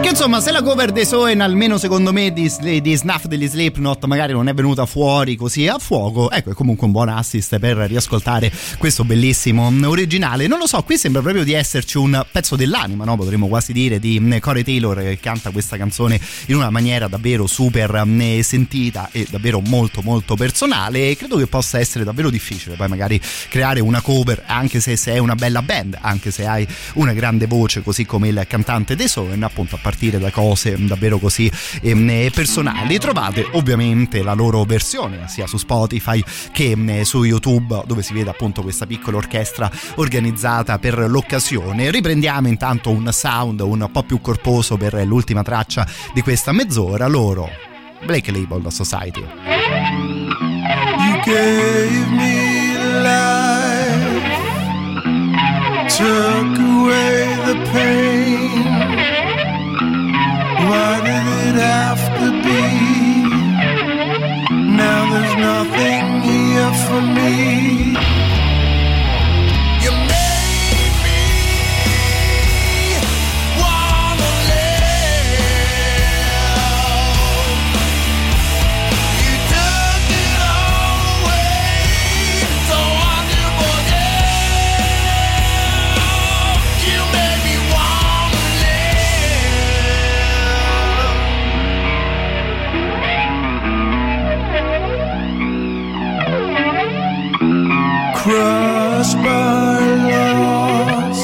Perché insomma, se la cover dei Soen, almeno secondo me, di, di Snuff degli Slipknot magari non è venuta fuori così a fuoco, ecco, è comunque un buon assist per riascoltare questo bellissimo originale. Non lo so, qui sembra proprio di esserci un pezzo dell'anima, no? Potremmo quasi dire, di Corey Taylor, che canta questa canzone in una maniera davvero super sentita e davvero molto molto personale, e credo che possa essere davvero difficile poi magari creare una cover, anche se sei una bella band, anche se hai una grande voce così come il cantante dei Soen, appunto a partire da cose davvero così eh, personali. Trovate ovviamente la loro versione sia su Spotify che eh, su YouTube, dove si vede appunto questa piccola orchestra organizzata per l'occasione. Riprendiamo intanto un sound un po' più corposo per l'ultima traccia di questa mezz'ora, loro Black Label Society. You gave me life, took away the pain. Why did it have to be? Now there's nothing here for me. You made me wanna live. You took it all away, so I can forget. You made me wanna live. Crushed by loss,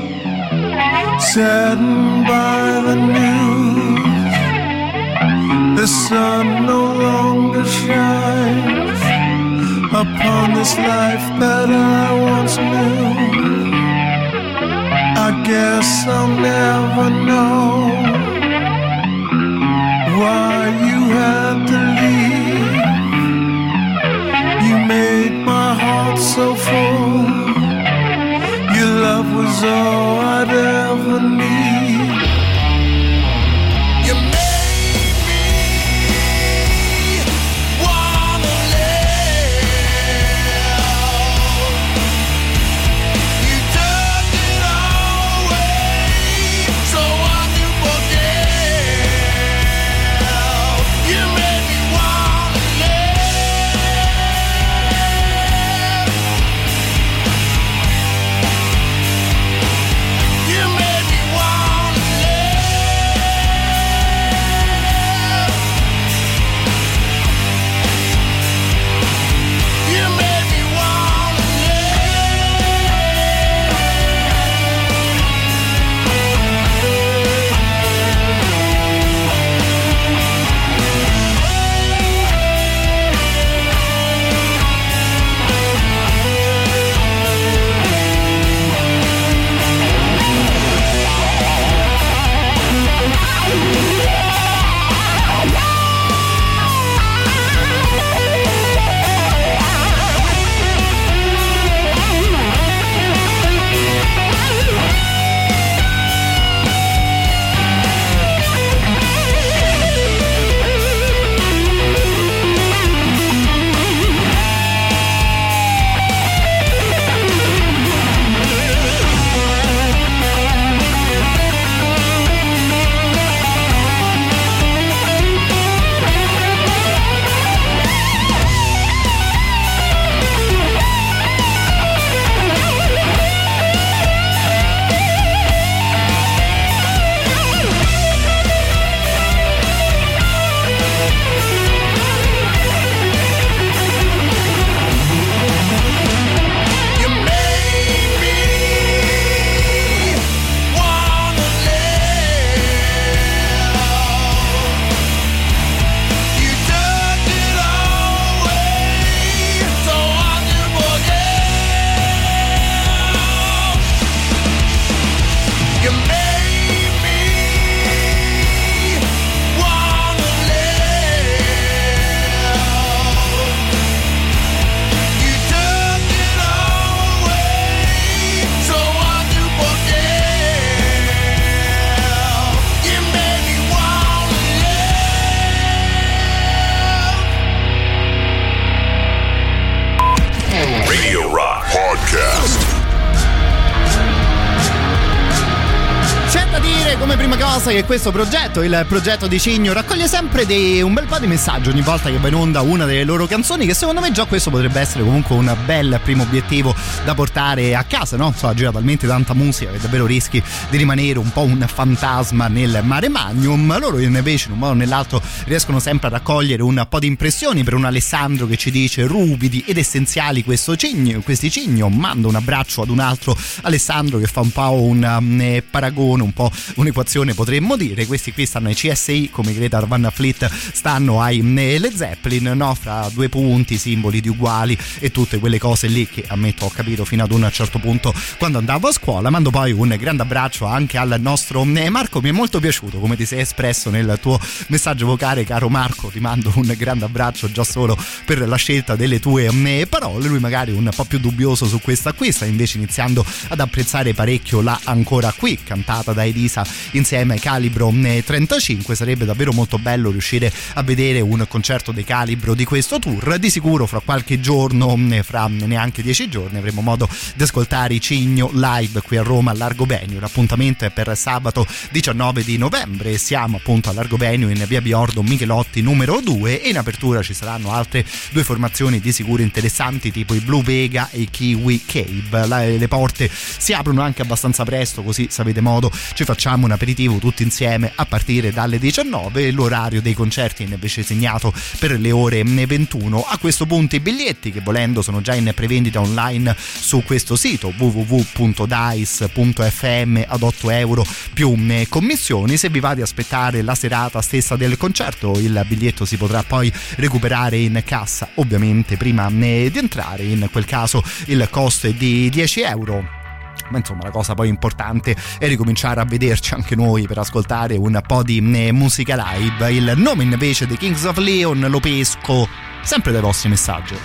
saddened by the news. The sun no longer shines upon this life that I once knew. I guess I'll never know why you had to leave. You made my heart so full. Your love was all I'd ever need. You made me wanna live. You took it all away, so I can forget. You made me wanna live. You made me wanna cosa che questo progetto, il progetto di Cigno, raccoglie sempre dei, un bel po' di messaggi ogni volta che va in onda una delle loro canzoni, che secondo me già questo potrebbe essere comunque un bel primo obiettivo da portare a casa, no? Insomma, gira talmente tanta musica che davvero rischi di rimanere un po' un fantasma nel mare magnum. Loro invece in un modo o nell'altro riescono sempre a raccogliere un po' di impressioni. Per un Alessandro che ci dice ruvidi ed essenziali questo Cigno, questi Cigno, mando un abbraccio ad un altro Alessandro che fa un po' un um, paragone, un po' un'equazione potremmo dire. Questi qui stanno ai C S I come Greta Van Fleet stanno ai eh, Led Zeppelin, no? Fra due punti, simboli di uguali e tutte quelle cose lì che ammetto ho capito fino ad un certo punto quando andavo a scuola. Mando poi un grande abbraccio anche al nostro eh, Marco. Mi è molto piaciuto come ti sei espresso nel tuo messaggio vocale, caro Marco, ti mando un grande abbraccio già solo per la scelta delle tue eh, parole. Lui magari un po' più dubbioso su questa qui, sta invece iniziando ad apprezzare parecchio la Ancora Qui, cantata da Elisa insieme ai Calibro trentacinque. Sarebbe davvero molto bello riuscire a vedere un concerto dei Calibro di questo tour. Di sicuro fra qualche giorno, fra neanche dieci giorni, avremo modo di ascoltare i Cigno live qui a Roma all'Argobenio. L'appuntamento è per sabato diciannove di novembre, siamo appunto all'Argobenio in via Biordo Michelotti numero due, e in apertura ci saranno altre due formazioni di sicuro interessanti, tipo i Blue Vega e i Kiwi Cave. La, le porte si aprono anche abbastanza presto, così se avete modo ci facciamo un aperitivo tutti insieme a partire dalle diciannove. L'orario dei concerti è invece segnato per le ore ventuno. A questo punto i biglietti, che volendo sono già in prevendita online su questo sito w w w punto dice punto f m ad otto euro più commissioni. Se vi va di aspettare la serata stessa del concerto, il biglietto si potrà poi recuperare in cassa ovviamente prima di entrare. In quel caso il costo è di dieci euro. Ma insomma la cosa poi importante è ricominciare a vederci anche noi per ascoltare un po' di musica live. Il nome invece dei Kings of Leon lo pesco sempre dai vostri messaggi.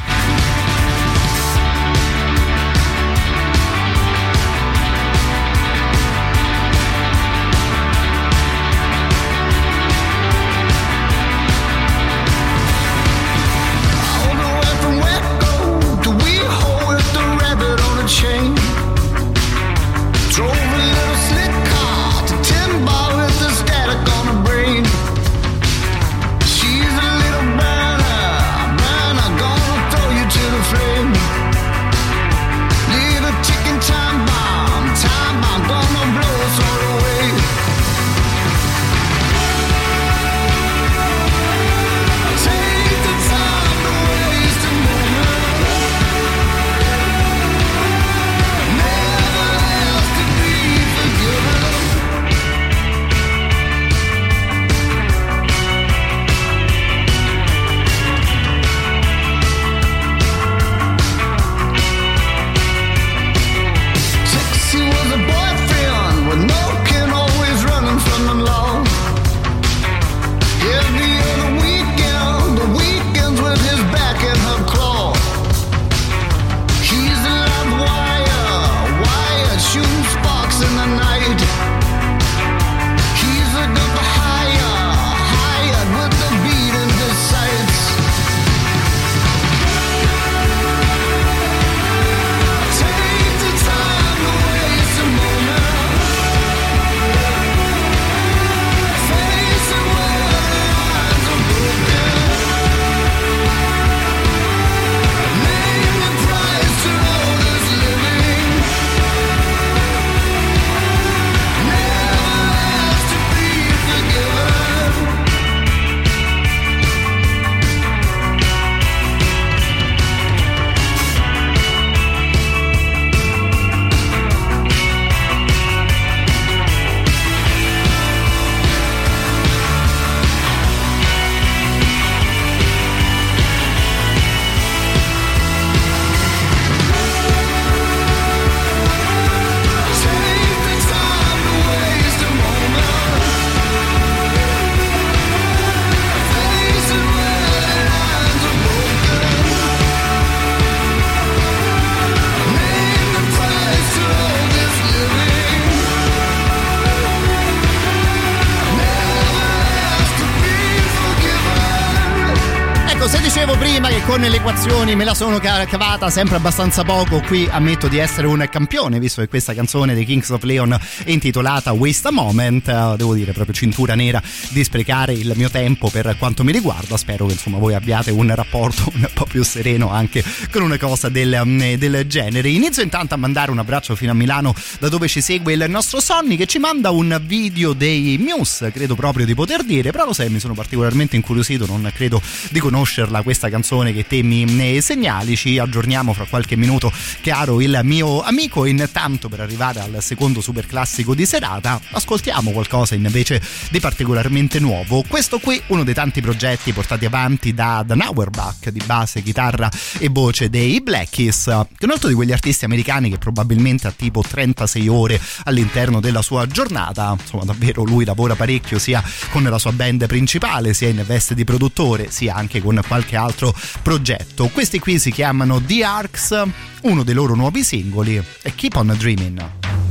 dicevo prima che con le equazioni me la sono cavata sempre abbastanza poco. Qui ammetto di essere un campione, visto che questa canzone dei Kings of Leon è intitolata Waste a Moment. Devo dire proprio cintura nera di sprecare il mio tempo per quanto mi riguarda. Spero che insomma voi abbiate un rapporto un po' più sereno anche con una cosa del, del genere. Inizio intanto a mandare un abbraccio fino a Milano, da dove ci segue il nostro Sonny, che ci manda un video dei Muse, credo proprio di poter dire, però lo sai, mi sono particolarmente incuriosito, non credo di conoscerla questa canzone che te mi segnali. Ci aggiorniamo fra qualche minuto, caro il mio amico. Intanto, per arrivare al secondo super classico di serata, ascoltiamo qualcosa invece di particolarmente nuovo. Questo qui, uno dei tanti progetti portati avanti da Dan Auerbach, di base, chitarra e voce dei Black Keys, che è un altro di quegli artisti americani che probabilmente ha tipo trentasei ore all'interno della sua giornata. Insomma, davvero lui lavora parecchio, sia con la sua band principale, sia in veste di produttore, sia anche con qualche altro progetto. Questi qui si chiamano The Arcs, uno dei loro nuovi singoli è Keep on Dreaming.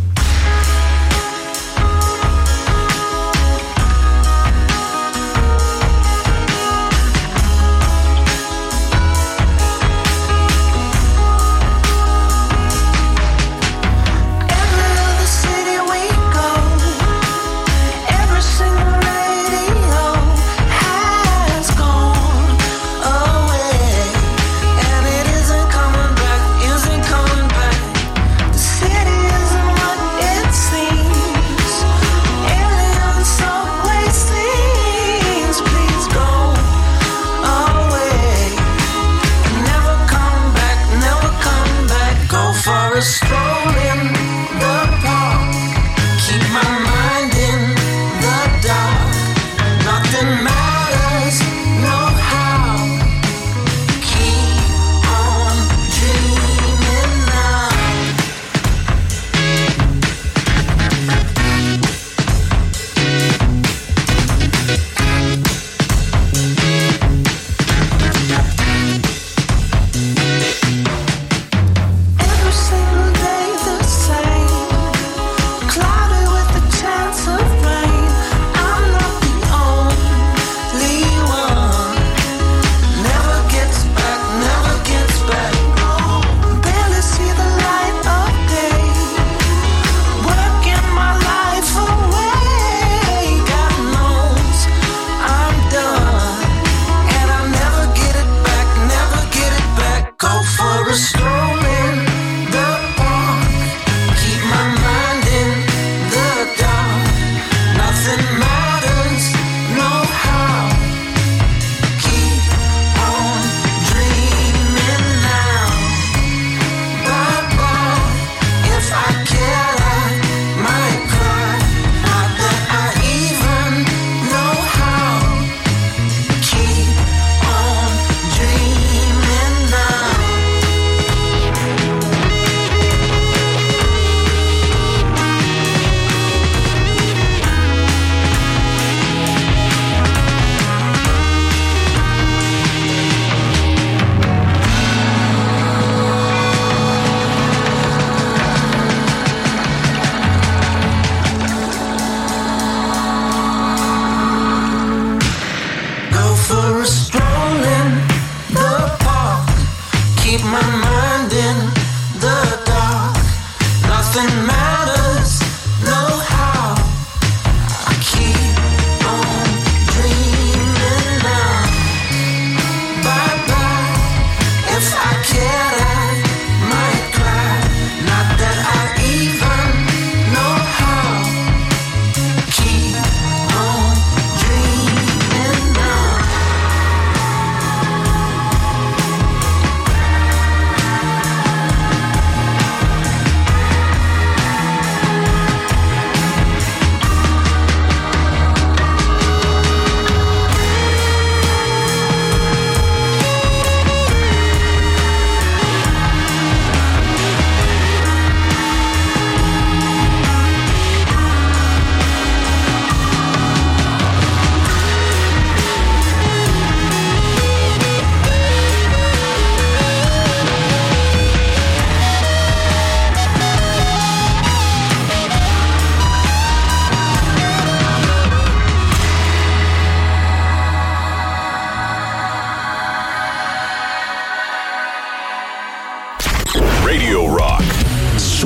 A stroll in the park, keep my mind in the dark. Nothing matters, no how. Keep on dreaming now. Every single day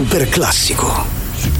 super classico.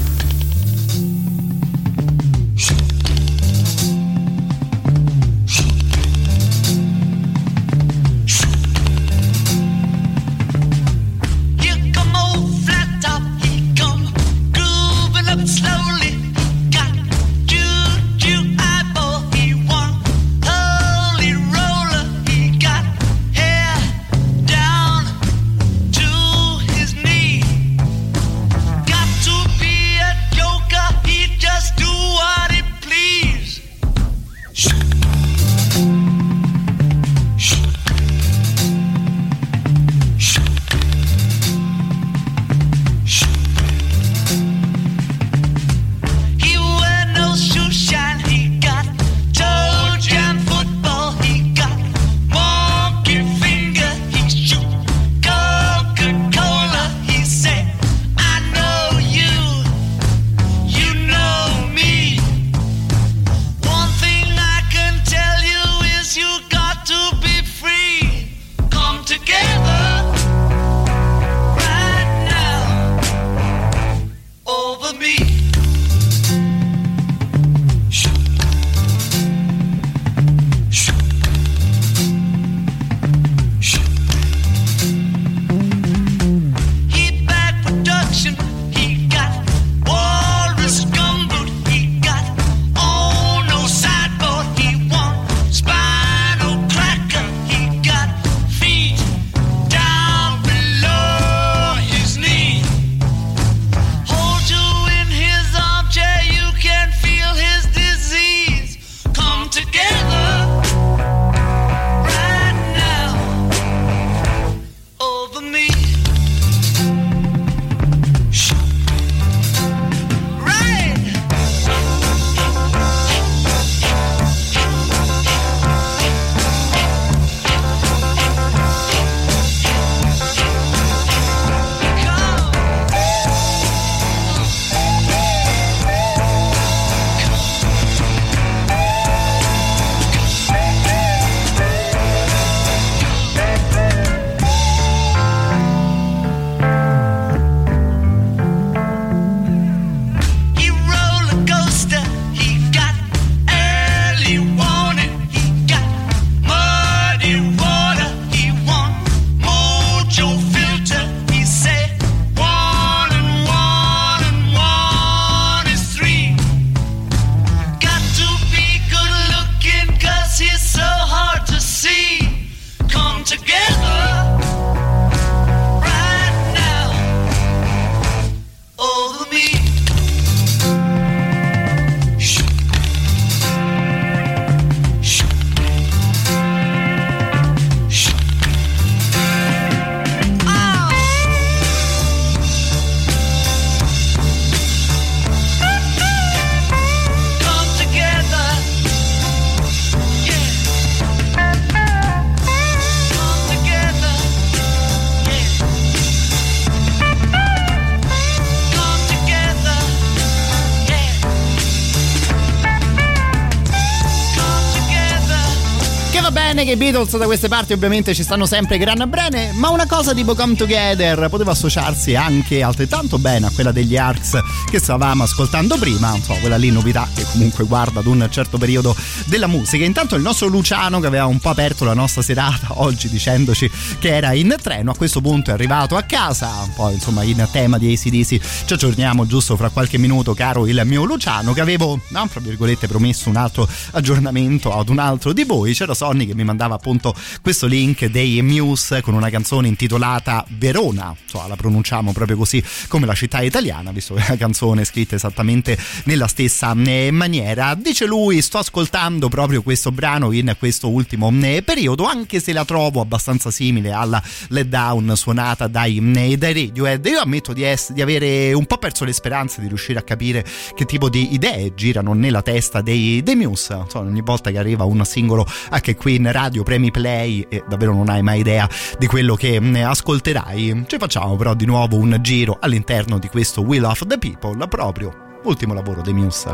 Che i Beatles da queste parti ovviamente ci stanno sempre gran bene, ma una cosa tipo Come Together poteva associarsi anche altrettanto bene a quella degli Arcs che stavamo ascoltando prima, non so, quella lì novità che comunque guarda ad un certo periodo della musica. Intanto il nostro Luciano, che aveva un po' aperto la nostra serata oggi dicendoci che era in treno, a questo punto è arrivato a casa, un po' insomma in tema di A C D C. Ci aggiorniamo giusto fra qualche minuto, caro il mio Luciano, che avevo, no, tra virgolette, promesso un altro aggiornamento ad un altro di voi. C'era Sonny che mi mandava appunto questo link dei Muse con una canzone intitolata Verona, so, la pronunciamo proprio così come la città italiana, visto che la canzone è scritta esattamente nella stessa maniera. Dice lui: sto ascoltando proprio questo brano in questo ultimo periodo, anche se la trovo abbastanza simile alla Let Down suonata dai, dai Radiohead. Io ammetto di, essere, di avere un po' perso le speranze di riuscire a capire che tipo di idee girano nella testa dei, dei Muse. Insomma, ogni volta che arriva un singolo anche qui in radio premi play e davvero non hai mai idea di quello che ascolterai. Ci facciamo però di nuovo un giro all'interno di questo Will of the People, proprio ultimo lavoro dei Muse.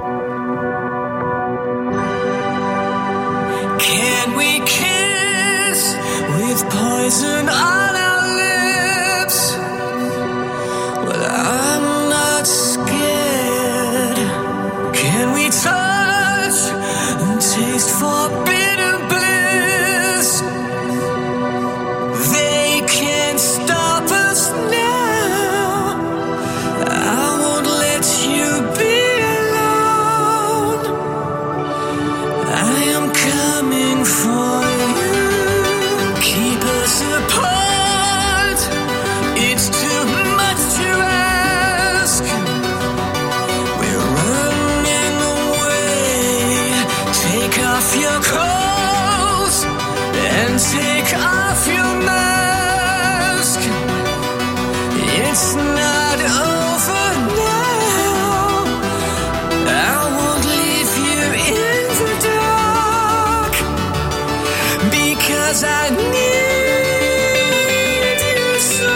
Can we kiss with poison on our lips? Well, I'm it's not over now. I won't leave you in the dark, because I need you so.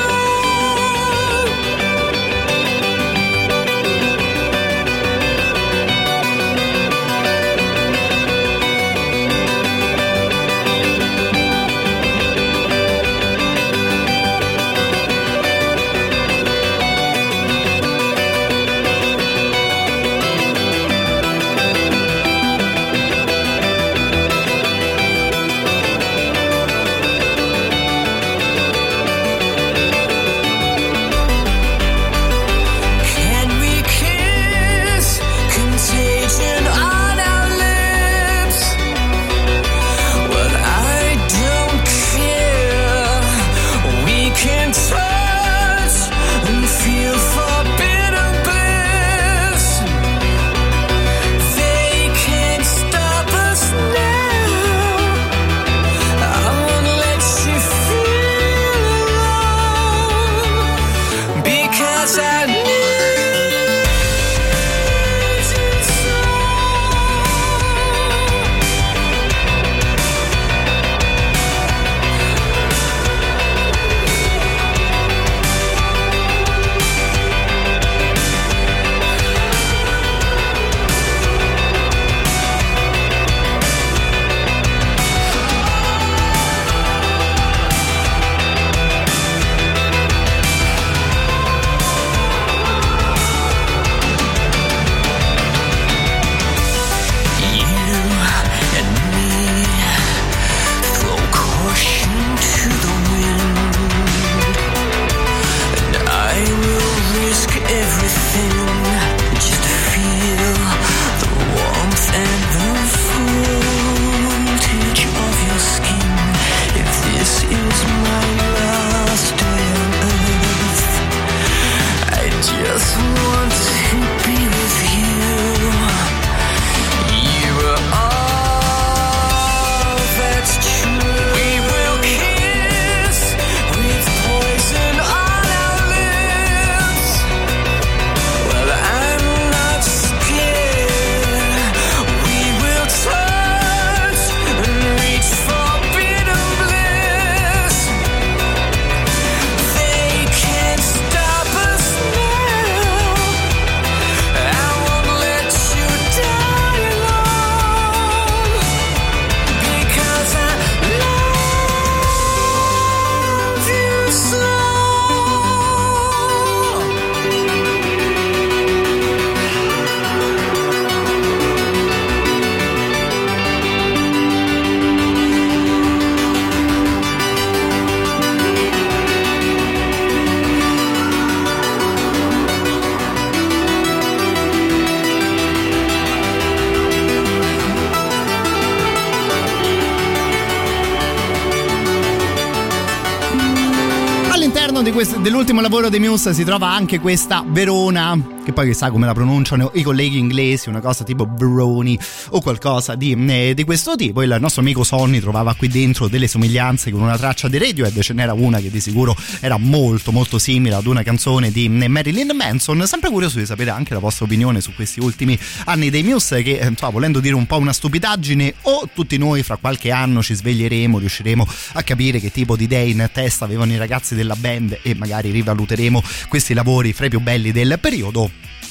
Di questo, dell'ultimo lavoro dei Muse si trova anche questa Verona, che poi chissà come la pronunciano i colleghi inglesi, una cosa tipo Veroni o qualcosa di, eh, di questo tipo. Il nostro amico Sonny trovava qui dentro delle somiglianze con una traccia di Radiohead, ce n'era una che di sicuro era molto molto simile ad una canzone di Marilyn Manson. Sempre curioso di sapere anche la vostra opinione su questi ultimi anni dei Muse, che insomma, volendo dire un po' una stupidaggine, o tutti noi fra qualche anno ci sveglieremo, riusciremo a capire che tipo di idee in testa avevano i ragazzi della band e magari rivaluteremo questi lavori fra i più belli del periodo,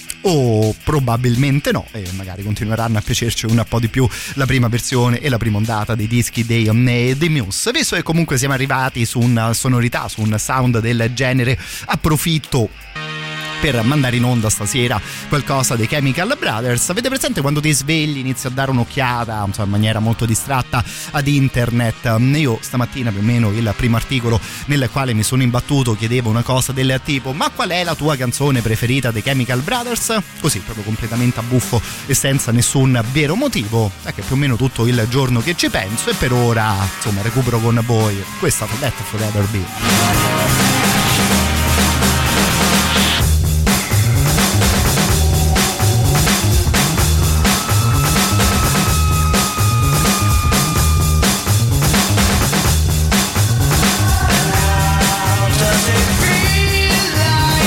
o probabilmente no, e magari continueranno a piacerci un po' di più la prima versione e la prima ondata dei dischi dei, dei Muse. Visto che comunque siamo arrivati su una sonorità, su un sound del genere, approfitto per mandare in onda stasera qualcosa dei Chemical Brothers. Avete presente quando ti svegli, inizi a dare un'occhiata insomma, in maniera molto distratta ad internet? Io stamattina più o meno il primo articolo nel quale mi sono imbattuto chiedevo una cosa del tipo: ma qual è la tua canzone preferita dei Chemical Brothers? Così proprio completamente a buffo e senza nessun vero motivo. È che più o meno tutto il giorno che ci penso, e per ora insomma recupero con voi questa Let Forever Be. Does it feel like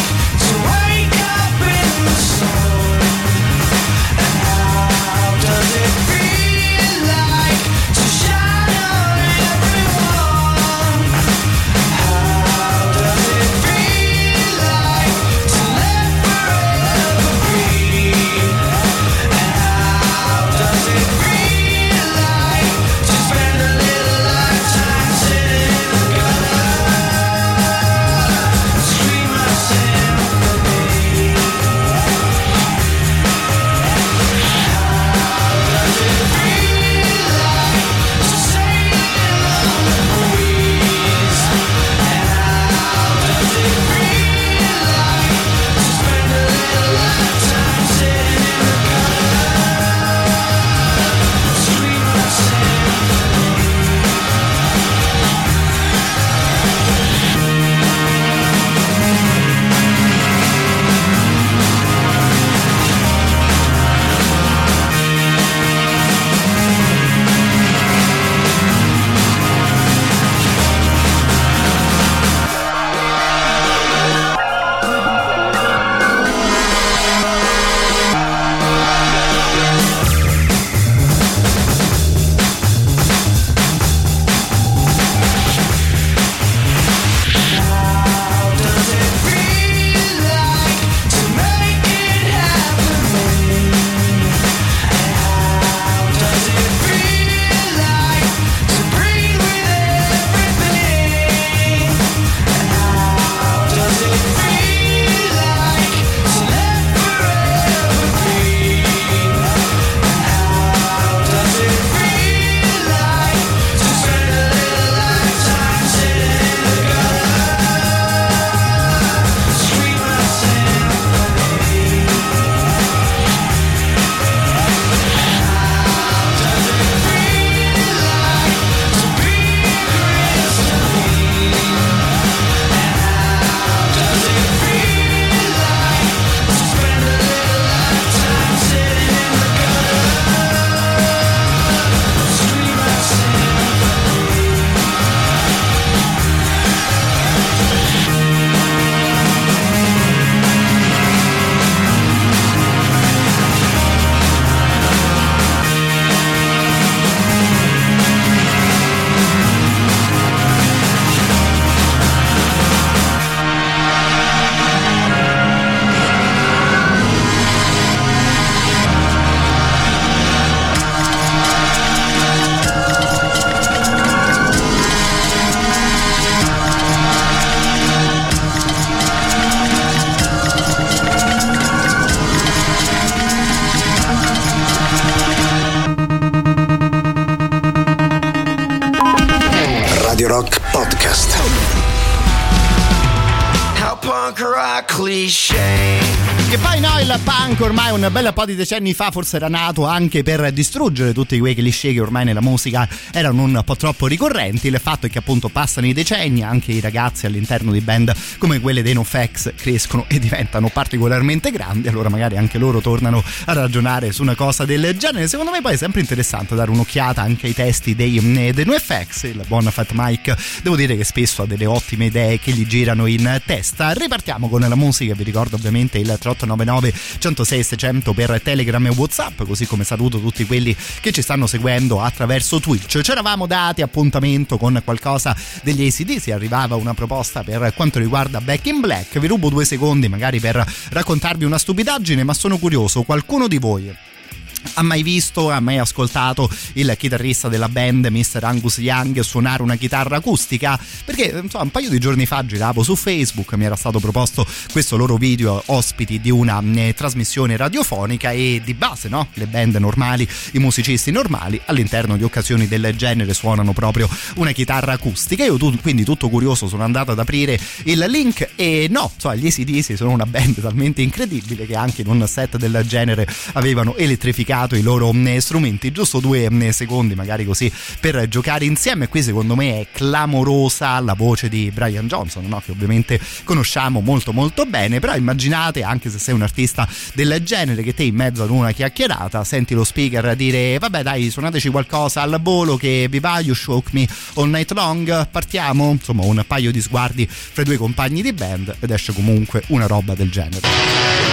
cliche. Che poi no, il punk ormai un bel po' di decenni fa forse era nato anche per distruggere tutti quei cliché che ormai nella musica erano un po' troppo ricorrenti. Il fatto è che appunto passano i decenni, anche i ragazzi all'interno di band come quelle dei NoFX crescono e diventano particolarmente grandi, allora magari anche loro tornano a ragionare su una cosa del genere. Secondo me poi è sempre interessante dare un'occhiata anche ai testi dei, dei NoFX. Il buon Fat Mike devo dire che spesso ha delle ottime idee che gli girano in testa. Ripartiamo con la musica, vi ricordo ovviamente il tre otto nove nove uno zero sei seicento per Telegram e WhatsApp, così come saluto tutti quelli che ci stanno seguendo attraverso Twitch. Ci eravamo dati appuntamento con qualcosa degli A C D C, arrivava una proposta per quanto riguarda Back in Black. Vi rubo due secondi magari per raccontarvi una stupidaggine, ma sono curioso, qualcuno di voi ha mai visto, ha mai ascoltato il chitarrista della band mister Angus Young suonare una chitarra acustica? Perché insomma un paio di giorni fa giravo su Facebook, mi era stato proposto questo loro video ospiti di una eh, trasmissione radiofonica, e di base no, le band normali, i musicisti normali all'interno di occasioni del genere suonano proprio una chitarra acustica. Io tu, quindi tutto curioso sono andato ad aprire il link e no, insomma gli A C D C sono una band talmente incredibile che anche in un set del genere avevano elettrificato i loro strumenti. Giusto due secondi magari così per giocare insieme. Qui secondo me è clamorosa la voce di Brian Johnson, no? Che ovviamente conosciamo molto molto bene, però immaginate, anche se sei un artista del genere, che te in mezzo ad una chiacchierata senti lo speaker dire vabbè dai suonateci qualcosa al volo che vi va, You Shook Me All Night Long, partiamo. Insomma un paio di sguardi fra i due compagni di band ed esce comunque una roba del genere.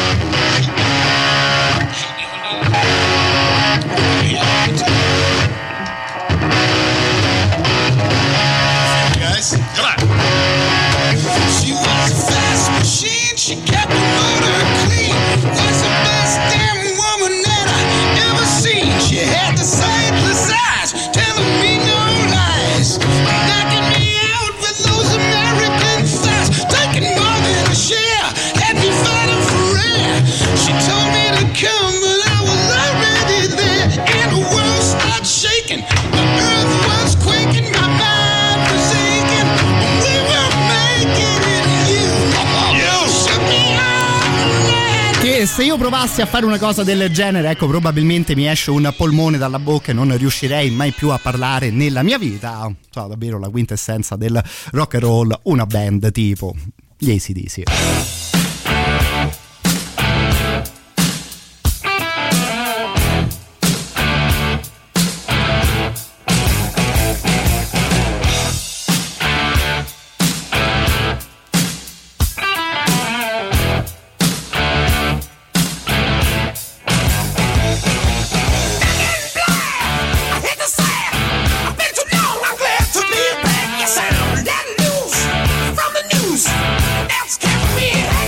Come on. She was a fast machine, she kept the motor clean. Was the best damn woman that I ever seen. She had the sightless eyes, telling me no lies, knocking me out with those American thighs, taking more than a share, had me fighting for air. She told me to come, but I was already there, and the world started shaking, the earth was quaking, my mind was aching. Che se io provassi a fare una cosa del genere, ecco, probabilmente mi esce un polmone dalla bocca e non riuscirei mai più a parlare nella mia vita. Cioè, davvero la quintessenza del rock and roll, una band tipo gli A C D C. That's kept me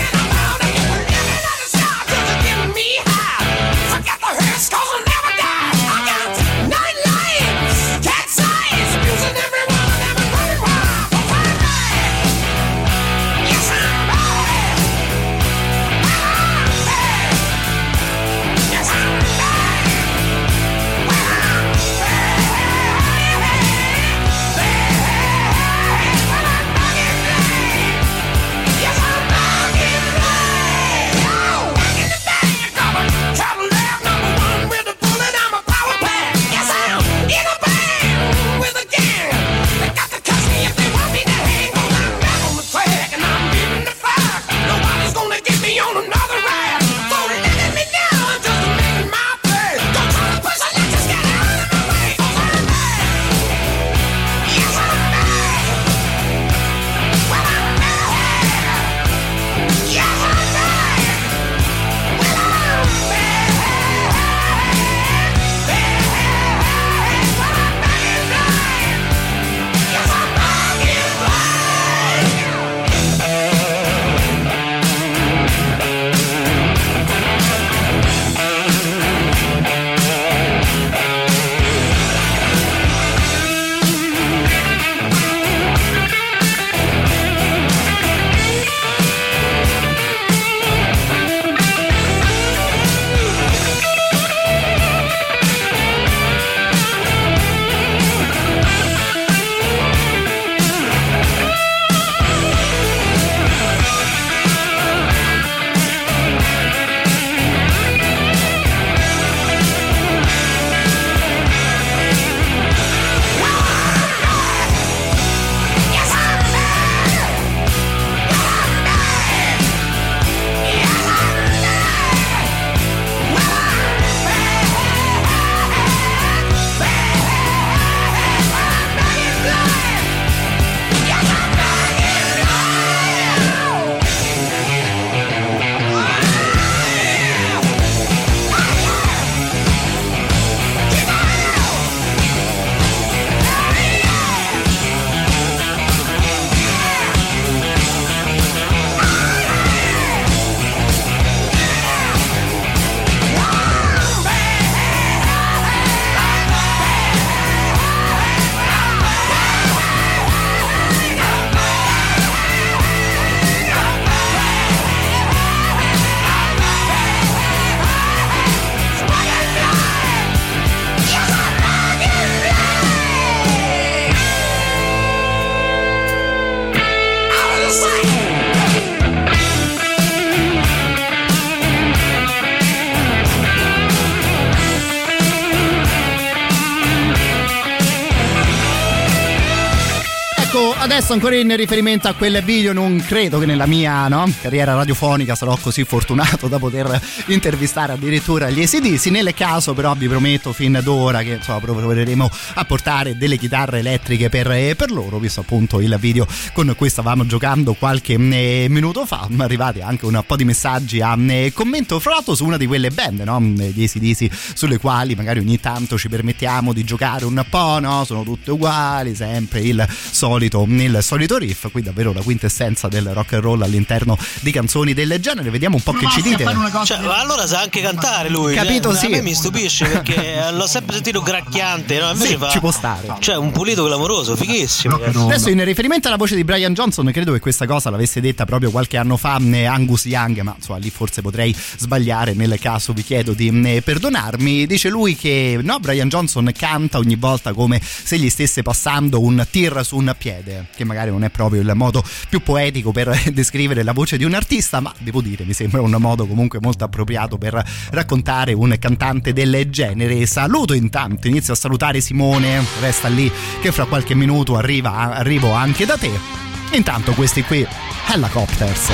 adesso ancora in riferimento a quel video, non credo che nella mia no, carriera radiofonica sarò così fortunato da poter intervistare addirittura gli A C D C. Nel caso però vi prometto fin d'ora che insomma proveremo a portare delle chitarre elettriche per, per loro, visto appunto il video con cui stavamo giocando qualche eh, minuto fa. Mi arrivati anche un po' di messaggi a eh, commento, fra l'altro su una di quelle band, no, gli A C D C, sulle quali magari ogni tanto ci permettiamo di giocare un po', no, sono tutte uguali, sempre il solito il solito riff. Qui davvero la quintessenza del rock and roll all'interno di canzoni del genere. Vediamo un po' che ci dite. Cioè, allora sa anche cantare lui, capito? Cioè, sì. A me mi stupisce perché l'ho sempre sentito gracchiante, no? Invece sì, fa, ci può stare, cioè un pulito clamoroso, fighissimo. Adesso in riferimento alla voce di Brian Johnson, credo che questa cosa l'avesse detta proprio qualche anno fa Angus Young, ma insomma lì forse potrei sbagliare, nel caso vi chiedo di perdonarmi. Dice lui che no, Brian Johnson canta ogni volta come se gli stesse passando un tir su un piede, che magari non è proprio il modo più poetico per descrivere la voce di un artista, ma devo dire mi sembra un modo comunque molto appropriato per raccontare un cantante del genere. Saluto intanto, inizio a salutare Simone, resta lì che fra qualche minuto arriva, arrivo anche da te. Intanto questi qui Helicopters.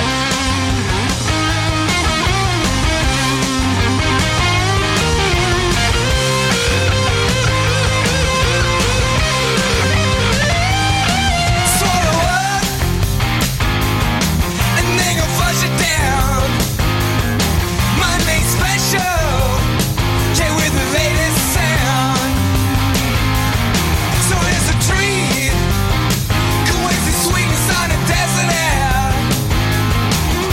Sweetness on a desert air.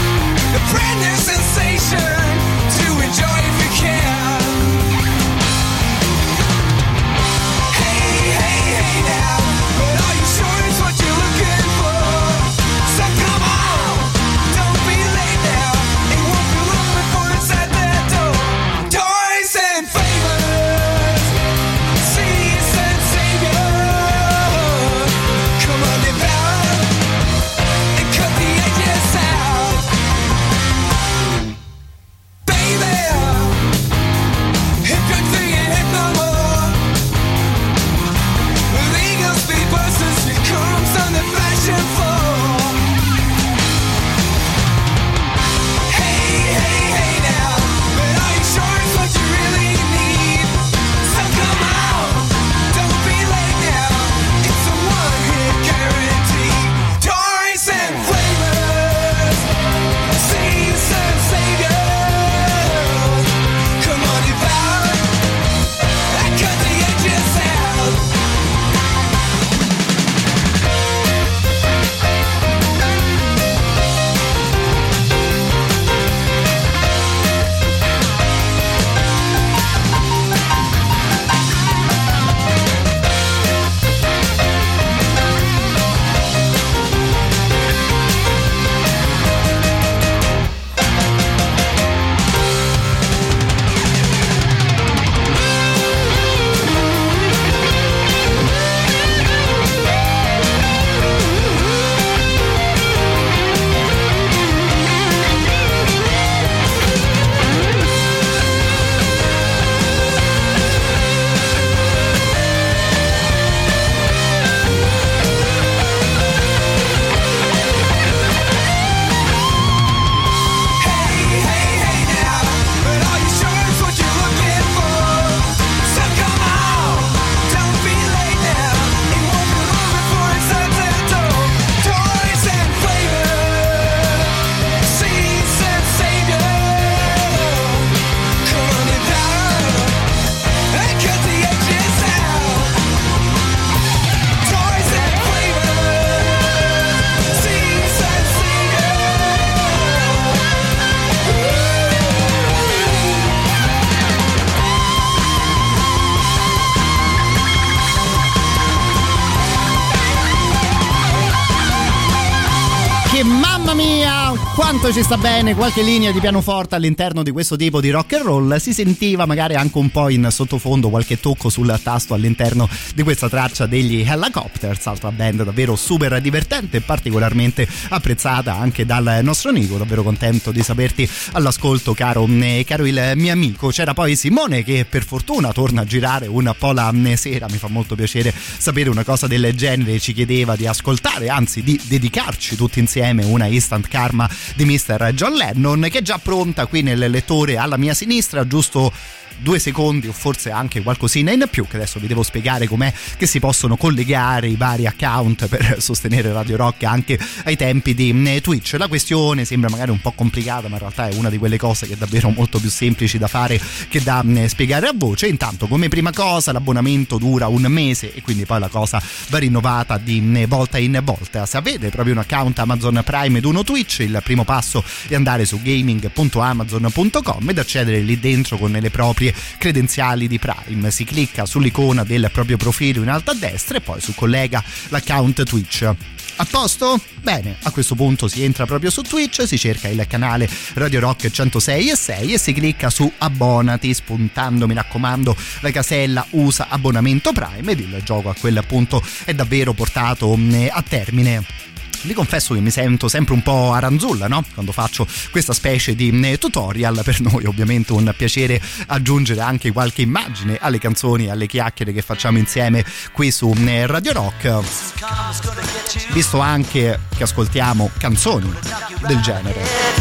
quanto ci sta bene qualche linea di pianoforte all'interno di questo tipo di rock and roll. Si sentiva magari anche un po' in sottofondo qualche tocco sul tasto all'interno di questa traccia degli Hellacopters, altra band davvero super divertente e particolarmente apprezzata anche dal nostro Nico. Davvero contento di saperti all'ascolto, caro, caro il mio amico. C'era poi Simone che per fortuna torna a girare un po' la sera, mi fa molto piacere sapere una cosa del genere. Ci chiedeva di ascoltare, anzi di dedicarci tutti insieme una Instant Karma di mister John Lennon, che è già pronta qui nel lettore alla mia sinistra. Giusto due secondi o forse anche qualcosina in più, che adesso vi devo spiegare com'è che si possono collegare i vari account per sostenere Radio Rock anche ai tempi di Twitch. La questione sembra magari un po' complicata, ma in realtà è una di quelle cose che è davvero molto più semplici da fare che da spiegare a voce. Intanto, come prima cosa, l'abbonamento dura un mese e quindi poi la cosa va rinnovata di volta in volta. Se avete proprio un account Amazon Prime ed uno Twitch, il primo passo è andare su gaming punto amazon punto com ed accedere lì dentro con le proprie credenziali di Prime. Si clicca sull'icona del proprio profilo in alto a destra e poi su collega l'account Twitch. A posto? Bene, a questo punto si entra proprio su Twitch, si cerca il canale Radio Rock centosei e sei e si clicca su abbonati, spuntando, mi raccomando, la casella usa abbonamento Prime ed il gioco a quel punto è davvero portato a termine. Vi confesso che mi sento sempre un po' aranzulla, no? Quando faccio questa specie di tutorial. Per noi ovviamente un piacere aggiungere anche qualche immagine alle canzoni e alle chiacchiere che facciamo insieme qui su Radio Rock, visto anche che ascoltiamo canzoni del genere.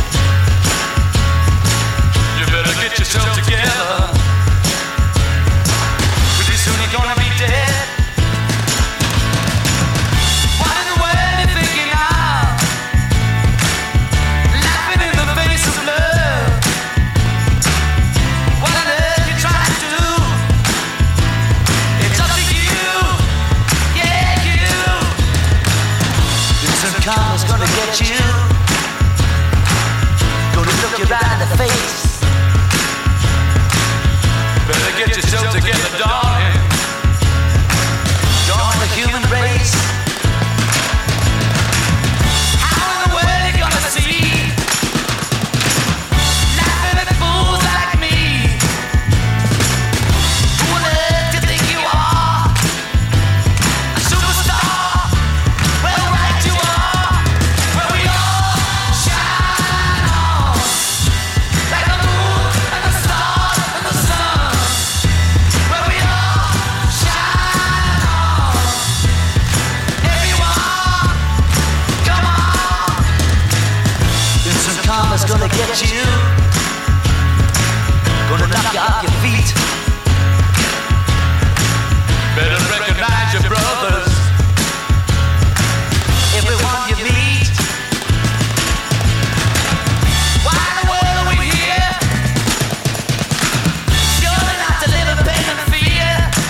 You better get yourself together. Pretty soon you're gonna be dead. Karma's gonna get you. Gonna look you right in the face. Better get yourself together, darling. Join the human race. How in the world you gonna see? Laughing at fools like me. Who on earth do you think you are? A superstar? Well, right you are. Karma's gonna get you. Gonna knock you off your feet. Better recognize your brothers. Everyone you meet. Why in the world are we here? Surely not to live in pain and fear.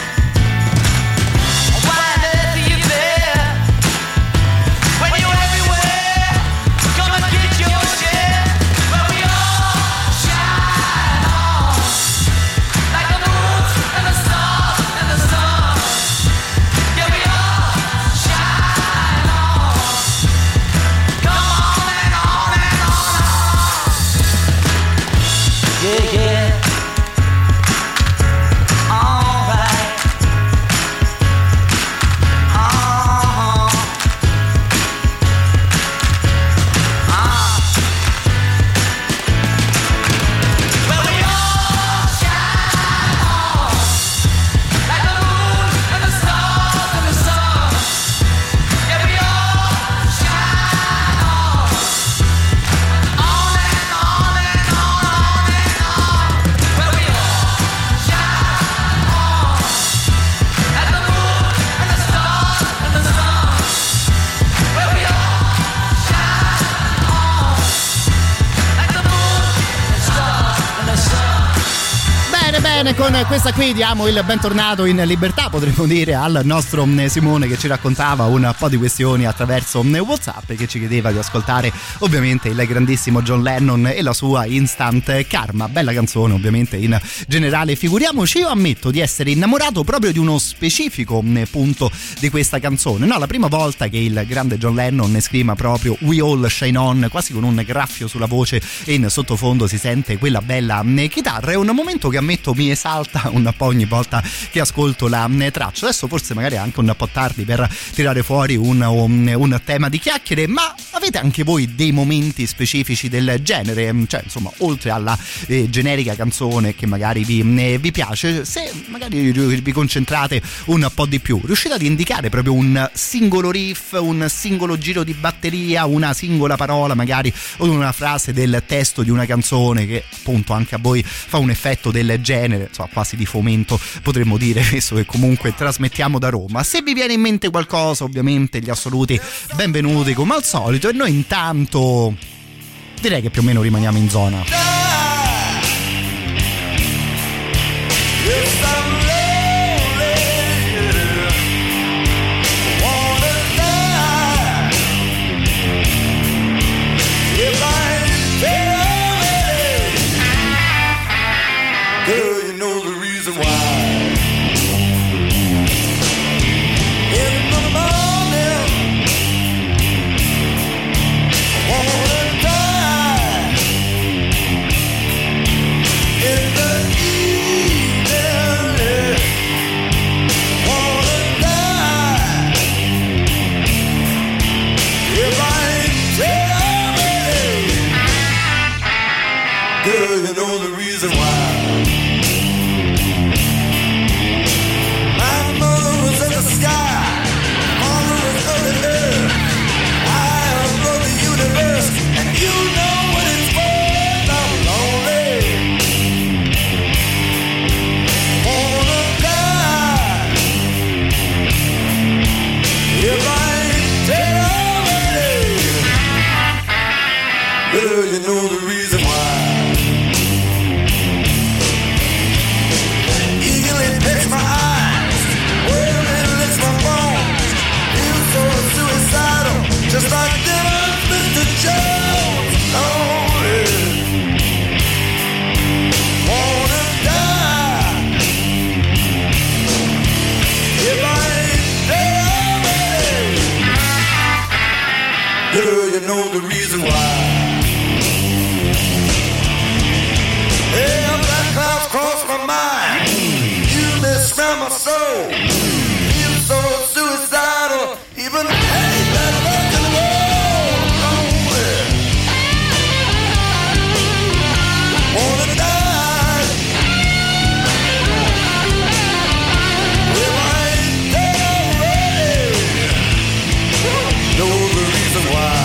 Why on earth are you there? When you're everywhere, come and get your share. Where we all shine on, like the moon and the stars and the sun. Yeah, we all shine on. Come on and on and on. Yeah, yeah. Alright. Uh-huh. Uh. Well, we all shine on, like the moon and the stars and the sun. Yeah, we all shine on, on and on and on, on and on. Bene, con questa qui diamo il bentornato in libertà, potremmo dire, al nostro Simone, che ci raccontava un po' di questioni attraverso WhatsApp e che ci chiedeva di ascoltare ovviamente il grandissimo John Lennon e la sua Instant Karma. Bella canzone ovviamente in generale. Figuriamoci, io ammetto di essere innamorato proprio di uno specifico punto di questa canzone, no? La prima volta che il grande John Lennon esprima proprio We All Shine On, quasi con un graffio sulla voce e in sottofondo si sente quella bella chitarra, è un momento che ammetto mi esalta un po' ogni volta che ascolto la traccia. Adesso forse magari è anche un po' tardi per tirare fuori un, un, un tema di chiacchiere, ma avete anche voi dei momenti specifici del genere? Cioè insomma, oltre alla eh, generica canzone che magari vi, eh, vi piace, se magari vi concentrate un po' di più, riuscite ad indicare proprio un singolo riff, un singolo giro di batteria, una singola parola magari o una frase del testo di una canzone che appunto anche a voi fa un effetto del genere, insomma quasi di fomento potremmo dire, visto che comunque trasmettiamo da Roma. Se vi viene in mente qualcosa, ovviamente gli assoluti benvenuti come al solito, e noi intanto direi che più o meno rimaniamo in zona. Girl, you know the reason why. In the morning, I wanna die. In the evening, wanna die. If I ain't tell me, girl, you know the reason why. You know the reason why. Eagerly picks my eyes, whirling licks my bones. Feel so suicidal, just like Dylan, Mister Jones. Lonely, wanna die. If I ain't dead already, girl, you know the reason why. Yeah, black clouds cross my mind. You misspell my soul. Feel so suicidal. Even hey, that rock and roll. Lonely. Wanna die. If I ain't dead already, know the reason why.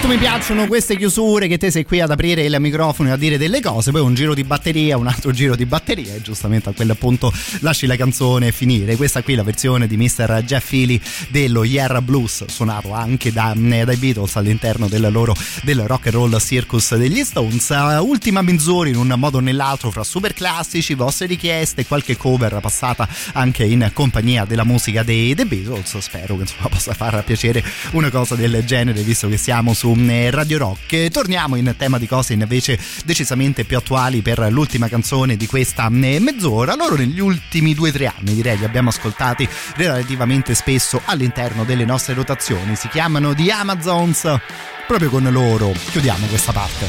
Quanto mi piacciono queste chiusure, che te sei qui ad aprire il microfono e a dire delle cose, poi un giro di batteria, un altro giro di batteria e giustamente a quel punto lasci la canzone finire. Questa qui è la versione di mister Jeff Healey dello Yeah Blues, suonato anche da, dai Beatles all'interno del loro del Rock and Roll Circus degli Stones. Ultima mezz'ora in un modo o nell'altro fra super classici, vostre richieste e qualche cover passata anche in compagnia della musica dei The Beatles. Spero che insomma possa far piacere una cosa del genere, visto che siamo su Radio Rock. Torniamo in tema di cose invece decisamente più attuali per l'ultima canzone di questa mezz'ora. Loro negli ultimi due o tre anni direi li abbiamo ascoltati relativamente spesso all'interno delle nostre rotazioni. Si chiamano The Amazons. Proprio con loro chiudiamo questa parte.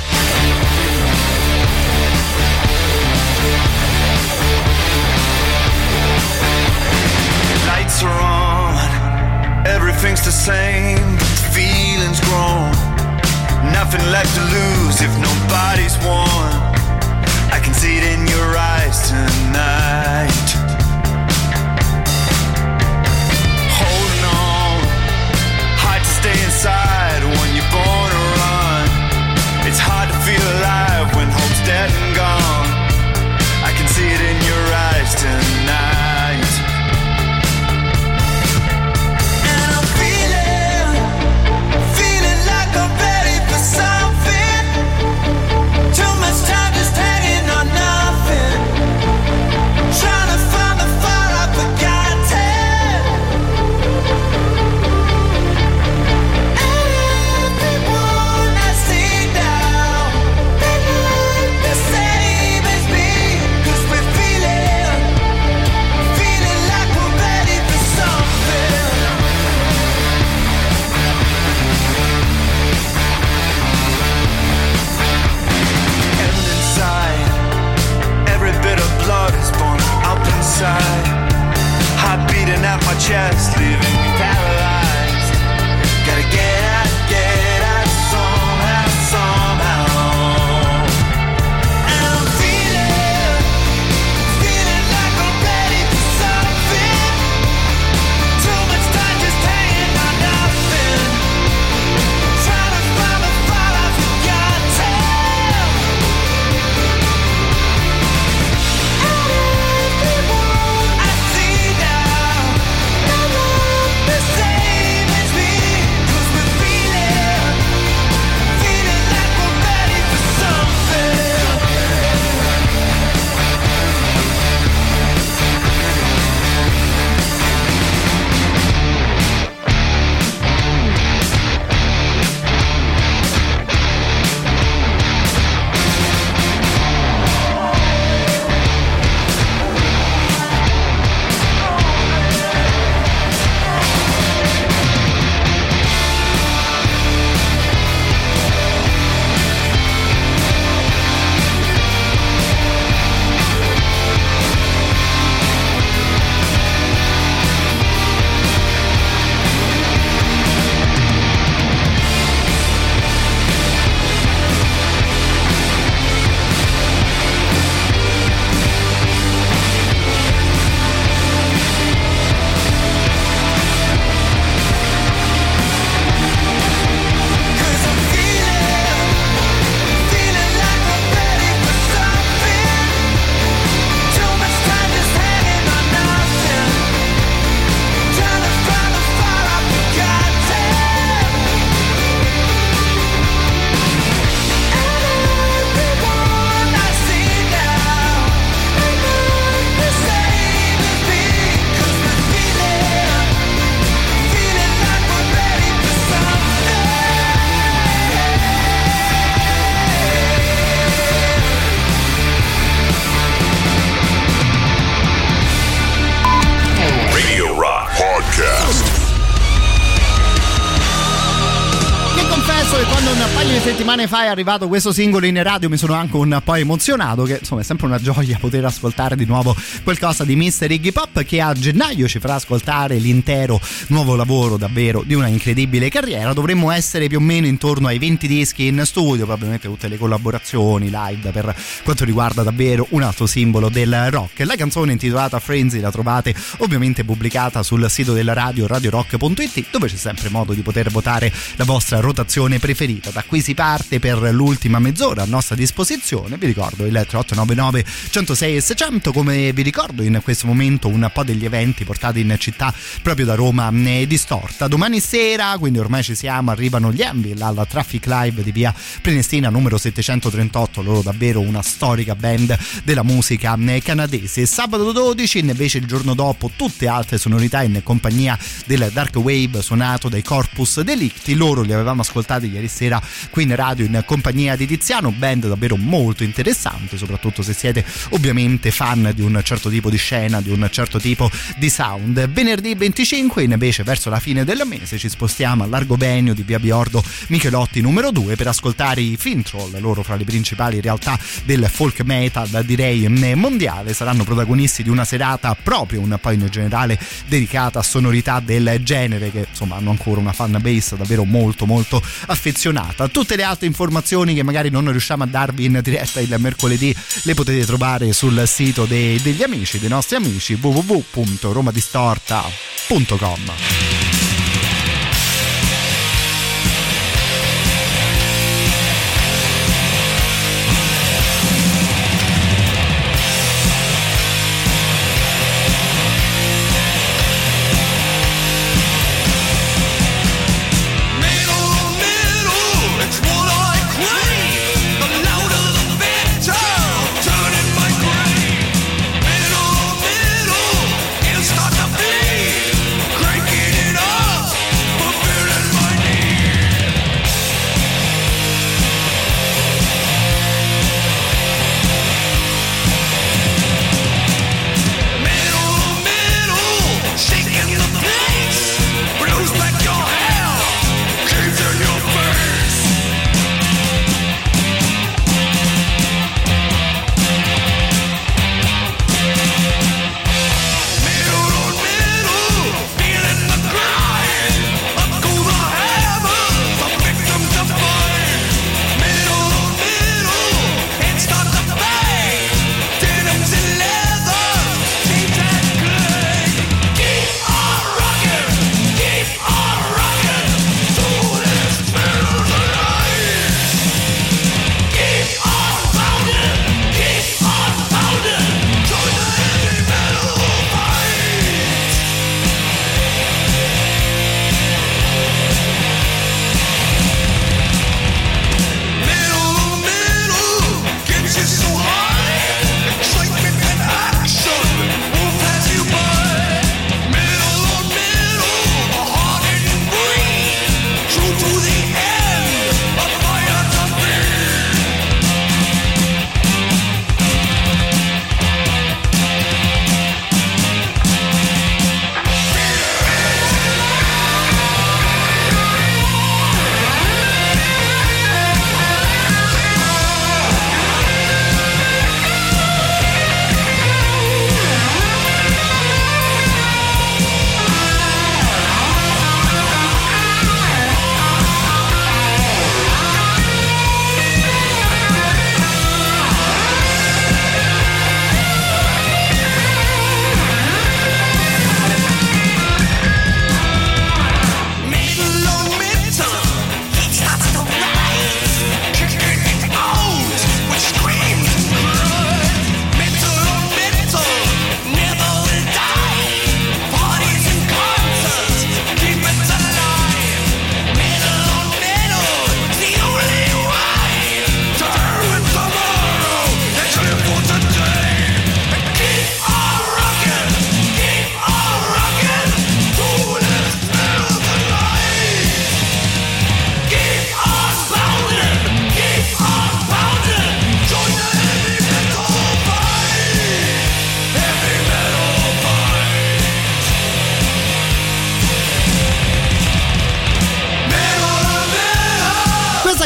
Lights are on, everything's the same, feeling's grown, nothing left to lose if nobody's won. I can see it in your eyes tonight. Holding on, hard to stay inside when you're born to run. It's hard to feel alive when hope's dead and gone. I can see it in your eyes tonight. And I'm feeling, feeling like I'm ready for something. Too much time. settimane fa è arrivato questo singolo in radio, mi sono anche un po' emozionato, che insomma è sempre una gioia poter ascoltare di nuovo qualcosa di mister Iggy Pop, che a gennaio ci farà ascoltare l'intero nuovo lavoro davvero di una incredibile carriera. Dovremmo essere più o meno intorno ai venti dischi in studio, probabilmente tutte le collaborazioni live per quanto riguarda davvero un altro simbolo del rock. La canzone intitolata Frenzy la trovate ovviamente pubblicata sul sito della radio radio rock punto it, dove c'è sempre modo di poter votare la vostra rotazione preferita. Da qui si parte per l'ultima mezz'ora a nostra disposizione. Vi ricordo il tre otto nove nove centosei e seicento, come vi ricordo in questo momento un po' degli eventi portati in città proprio da Roma Distorta. Domani sera, quindi ormai ci siamo, arrivano gli Anvil alla Traffic Live di via Prenestina numero settecentotrentotto, loro davvero una storica band della musica canadese. Sabato dodici invece, il giorno dopo, tutte altre sonorità in compagnia del Dark Wave suonato dai Corpus Delicti. Loro li avevamo ascoltati ieri sera qui in radio in compagnia di Tiziano, band davvero molto interessante, soprattutto se siete ovviamente fan di un certo tipo di scena, di un certo tipo di sound. Venerdì venticinque invece, verso la fine del mese, ci spostiamo all'Argobenio di via Biordo Michelotti numero due per ascoltare i Fintroll, loro fra le principali realtà del folk metal direi mondiale. Saranno protagonisti di una serata proprio un po' in generale dedicata a sonorità del genere, che insomma hanno ancora una fan base davvero molto molto affezionata. Tutte le altre informazioni che magari non riusciamo a darvi in diretta il mercoledì le potete trovare sul sito dei, degli amici, dei nostri amici, w w w punto romadistorta punto com. Start to bleed, cranking it up.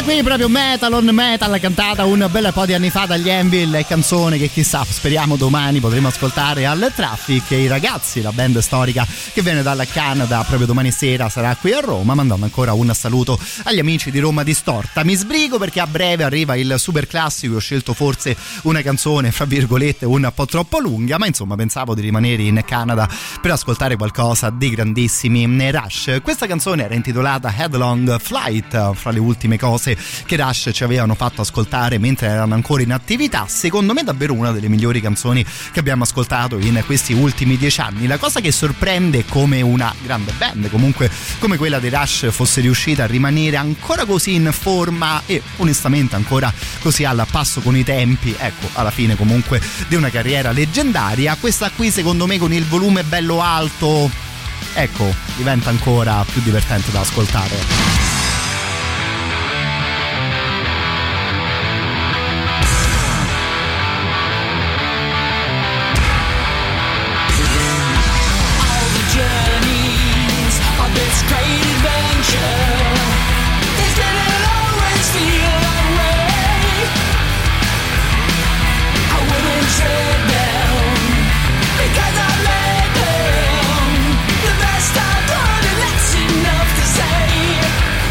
qui proprio metal on metal, cantata un bel po' di anni fa dagli Anvil, canzone che chissà, speriamo domani potremo ascoltare al Traffic. E i ragazzi, la band storica che viene dalla Canada, proprio domani sera sarà qui a Roma, mandando ancora un saluto agli amici di Roma Distorta. Mi sbrigo perché a breve arriva il super classico, ho scelto forse una canzone fra virgolette un po' troppo lunga, ma insomma pensavo di rimanere in Canada per ascoltare qualcosa dei grandissimi Rush. Questa canzone era intitolata Headlong Flight, fra le ultime cose che Rush ci avevano fatto ascoltare mentre erano ancora in attività. Secondo me davvero una delle migliori canzoni che abbiamo ascoltato in questi ultimi dieci anni. La cosa che sorprende è come una grande band, comunque come quella dei Rush, fosse riuscita a rimanere ancora così in forma e onestamente ancora così al passo con i tempi, ecco, alla fine comunque di una carriera leggendaria. Questa qui secondo me con il volume bello alto, ecco, diventa ancora più divertente da ascoltare. Enough to say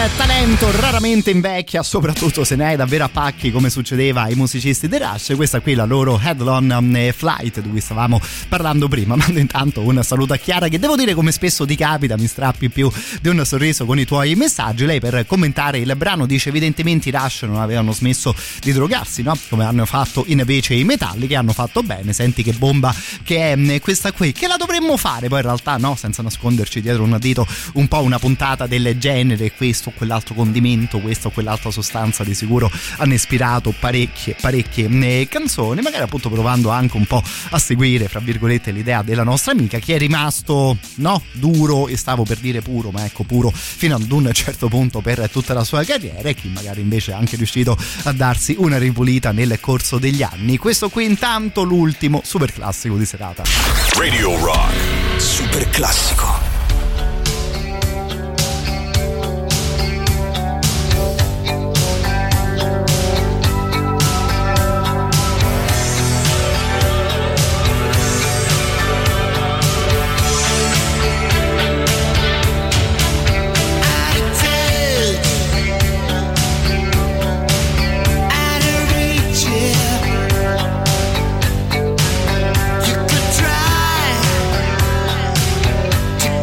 talento raramente invecchia, soprattutto se ne hai davvero a pacchi come succedeva ai musicisti dei Rush. Questa qui è la loro Headlong Flight di cui stavamo parlando prima. Mando intanto un saluto a Chiara, che devo dire, come spesso ti capita, mi strappi più di un sorriso con i tuoi messaggi. Lei, per commentare il brano, dice: evidentemente i Rush non avevano smesso di drogarsi, no? Come hanno fatto invece i Metalli, che hanno fatto bene. Senti che bomba che è questa qui, che la dovremmo fare poi in realtà, no? Senza nasconderci dietro un dito, un po' una puntata del genere. Questo o quell'altro condimento, questa o quell'altra sostanza di sicuro hanno ispirato parecchie parecchie canzoni, magari appunto provando anche un po' a seguire, fra virgolette, l'idea della nostra amica, che è rimasto, no, duro, e stavo per dire puro, ma ecco, puro fino ad un certo punto per tutta la sua carriera, e chi magari invece è anche riuscito a darsi una ripulita nel corso degli anni. Questo qui intanto, l'ultimo super classico di serata. Radio Rock Super classico. You could try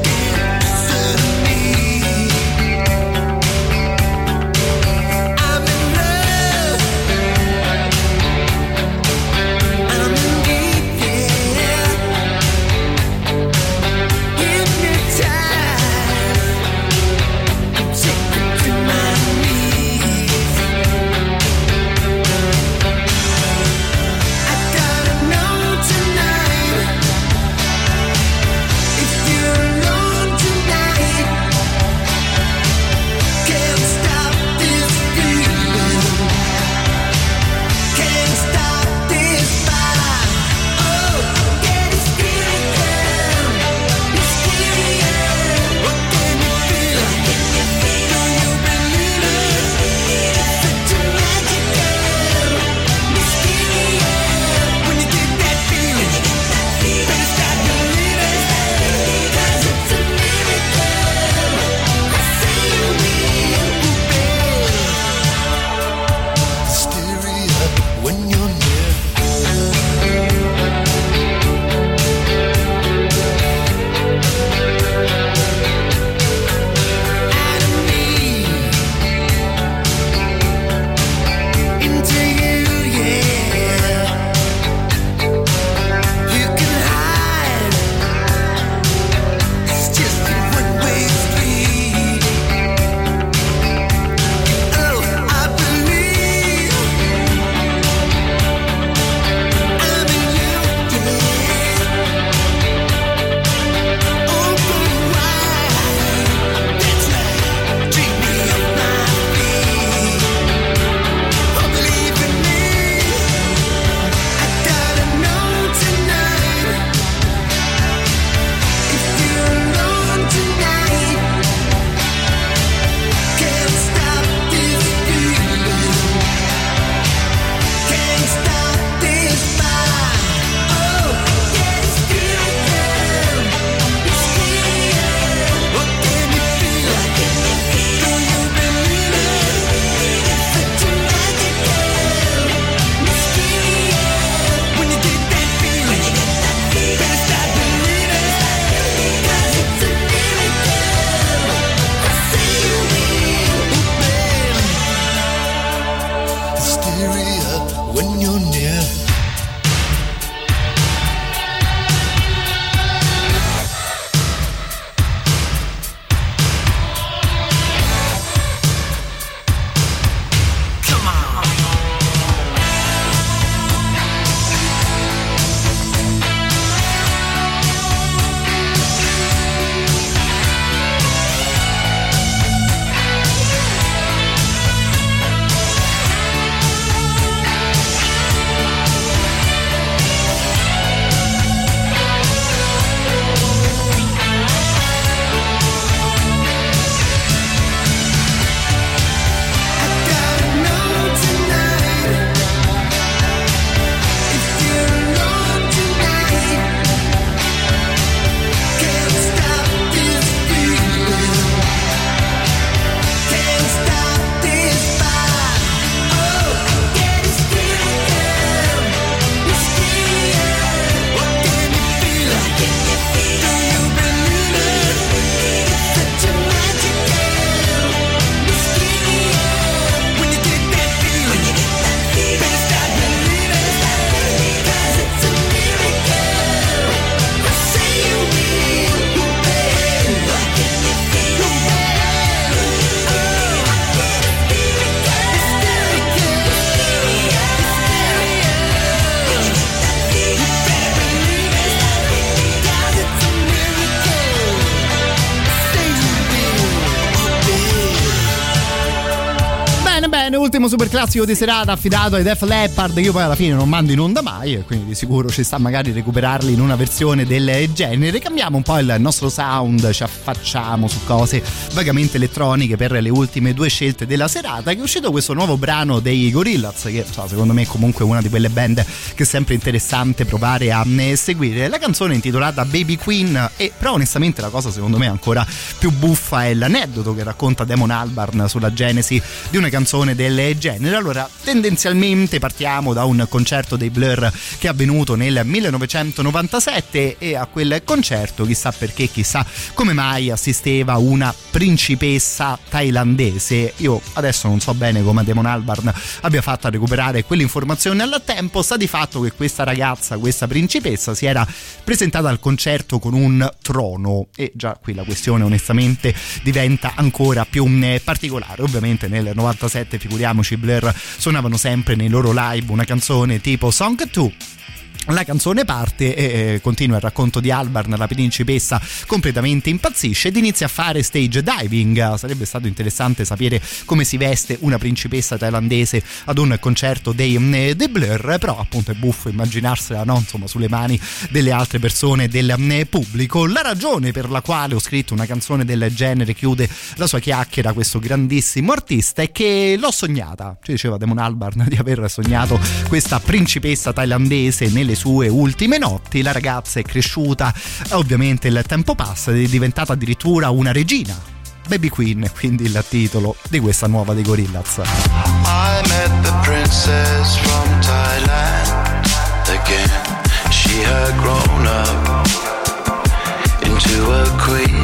Bene, ultimo super classico di serata affidato ai Def Leppard, che io poi alla fine non mando in onda mai, e quindi di sicuro ci sta magari recuperarli in una versione del genere. Cambiamo un po' il nostro sound, ci affacciamo su cose vagamente elettroniche per le ultime due scelte della serata, che è uscito questo nuovo brano dei Gorillaz, che so, secondo me è comunque una di quelle band che è sempre interessante provare a seguire. La canzone è intitolata Baby Queen, e però onestamente la cosa secondo me ancora più buffa è l'aneddoto che racconta Damon Albarn sulla genesi di una canzone del genere. Allora, tendenzialmente partiamo da un concerto dei Blur che è avvenuto nel millenovecentonovantasette, e a quel concerto, chissà perché, chissà come mai, assisteva una principessa thailandese. Io adesso non so bene come Damon Albarn abbia fatto a recuperare quell'informazione al tempo. Sta di fatto che questa ragazza, questa principessa, si era presentata al concerto con un trono, e già qui la questione onestamente diventa ancora più particolare. Ovviamente nel novantasette, figuriamoci, Blur suonavano sempre nei loro live una canzone tipo Song due. La canzone parte e continua il racconto di Albarn. La principessa completamente impazzisce ed inizia a fare stage diving. Sarebbe stato interessante sapere come si veste una principessa thailandese ad un concerto dei The Blur, però appunto è buffo immaginarsela, no? Insomma, sulle mani delle altre persone del pubblico. La ragione per la quale ho scritto una canzone del genere, chiude la sua chiacchiera questo grandissimo artista, è che l'ho sognata. Ci diceva Damon Albarn di aver sognato questa principessa thailandese nelle sue ultime notti. La ragazza è cresciuta, ovviamente il tempo passa ed è diventata addirittura una regina, Baby Queen, quindi il titolo di questa nuova dei Gorillaz. I met the princess from Thailand again. She had grown up into a queen.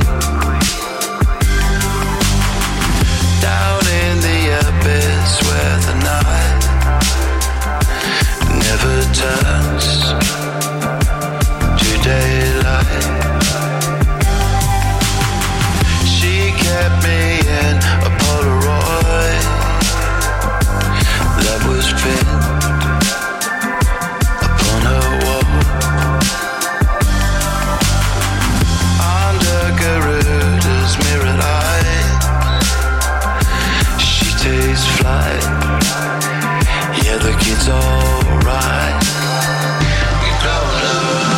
Down in the abyss where the night never turns to daylight. She kept me in a Polaroid that was pinned upon her wall. Under Garuda's mirrored eye, she takes flight. Yeah, the kid's alright. We've grown up.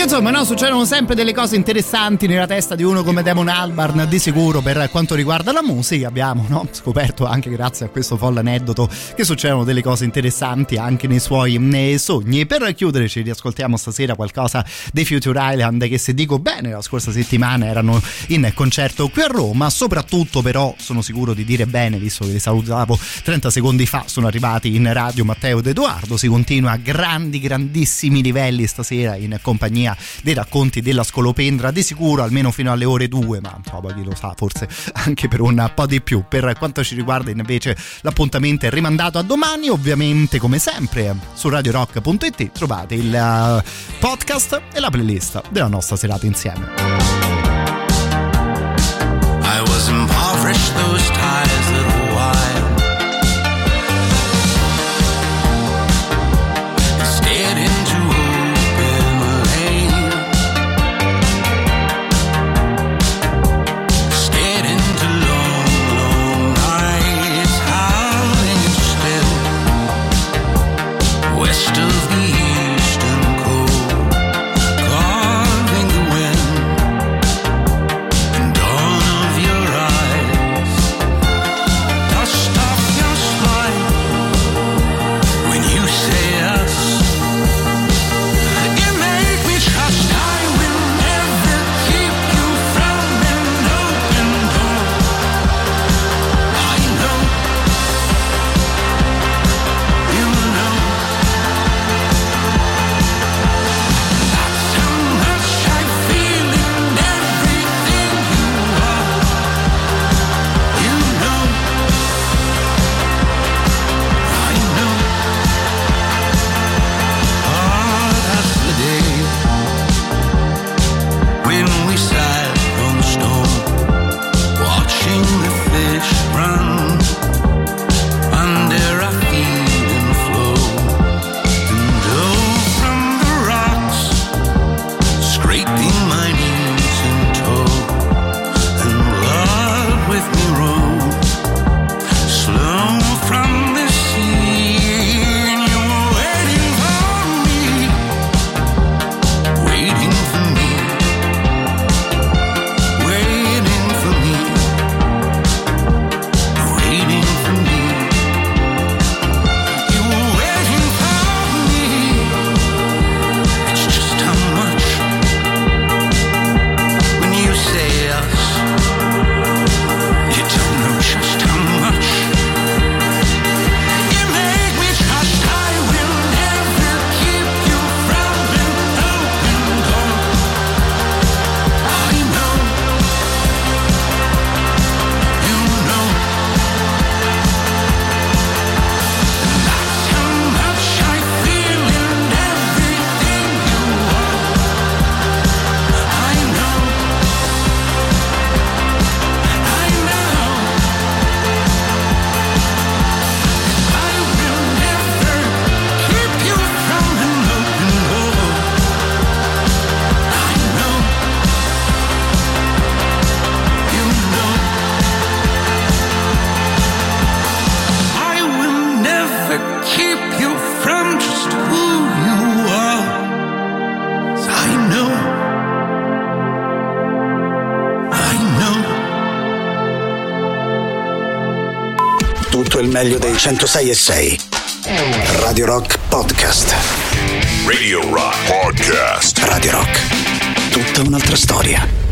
insomma, no, succedono sempre delle cose interessanti nella testa di uno come Damon Albarn, di sicuro. Per quanto riguarda la musica abbiamo, no, scoperto anche grazie a questo folle aneddoto che succedono delle cose interessanti anche nei suoi nei sogni. Per chiudere ci riascoltiamo stasera qualcosa dei Future Island, che se dico bene la scorsa settimana erano in concerto qui a Roma. Soprattutto però sono sicuro di dire bene, visto che li salutavo trenta secondi fa, sono arrivati in radio Matteo ed Edoardo. Si continua a grandi grandissimi livelli stasera in compagnia dei racconti della Scolopendra, di sicuro almeno fino alle ore due, ma insomma chi lo sa, forse anche per un po' di più. Per quanto ci riguarda invece l'appuntamento è rimandato a domani, ovviamente come sempre su radio rock punto it trovate il podcast e la playlist della nostra serata insieme. I was impoverished, those ties that while stared into open lane, stared into long, long nights, howling still, west of the eastern cold, carving the wind, and dawn of your eyes, dust off your spine, when you say us, you make me trust I will never keep you from an open door. I know, you know, that's how much I feel in everything you are. You know, I know. Ah, that's the day when we sat on the stone, watching the fish run under our feet and flow, and dove from the rocks, scraping my knees in tow, and blood with me rose, slow from the sea, and you were waiting for me, waiting for me, waiting for me, waiting for me. You were waiting for me. It's just how much when you say us, you don't know just how much. You make me trust I will never keep you from an open door. I know, you know, that's how much I feel in everything you are. I know, I know, I will never keep you from an open door. I know, you know, I will never keep you from just who you are. 'Cause I know, I know. Tutto il meglio dei centosei e sei. Radio Rock Podcast. Radio Rock Podcast. Radio Rock. Tutta un'altra storia.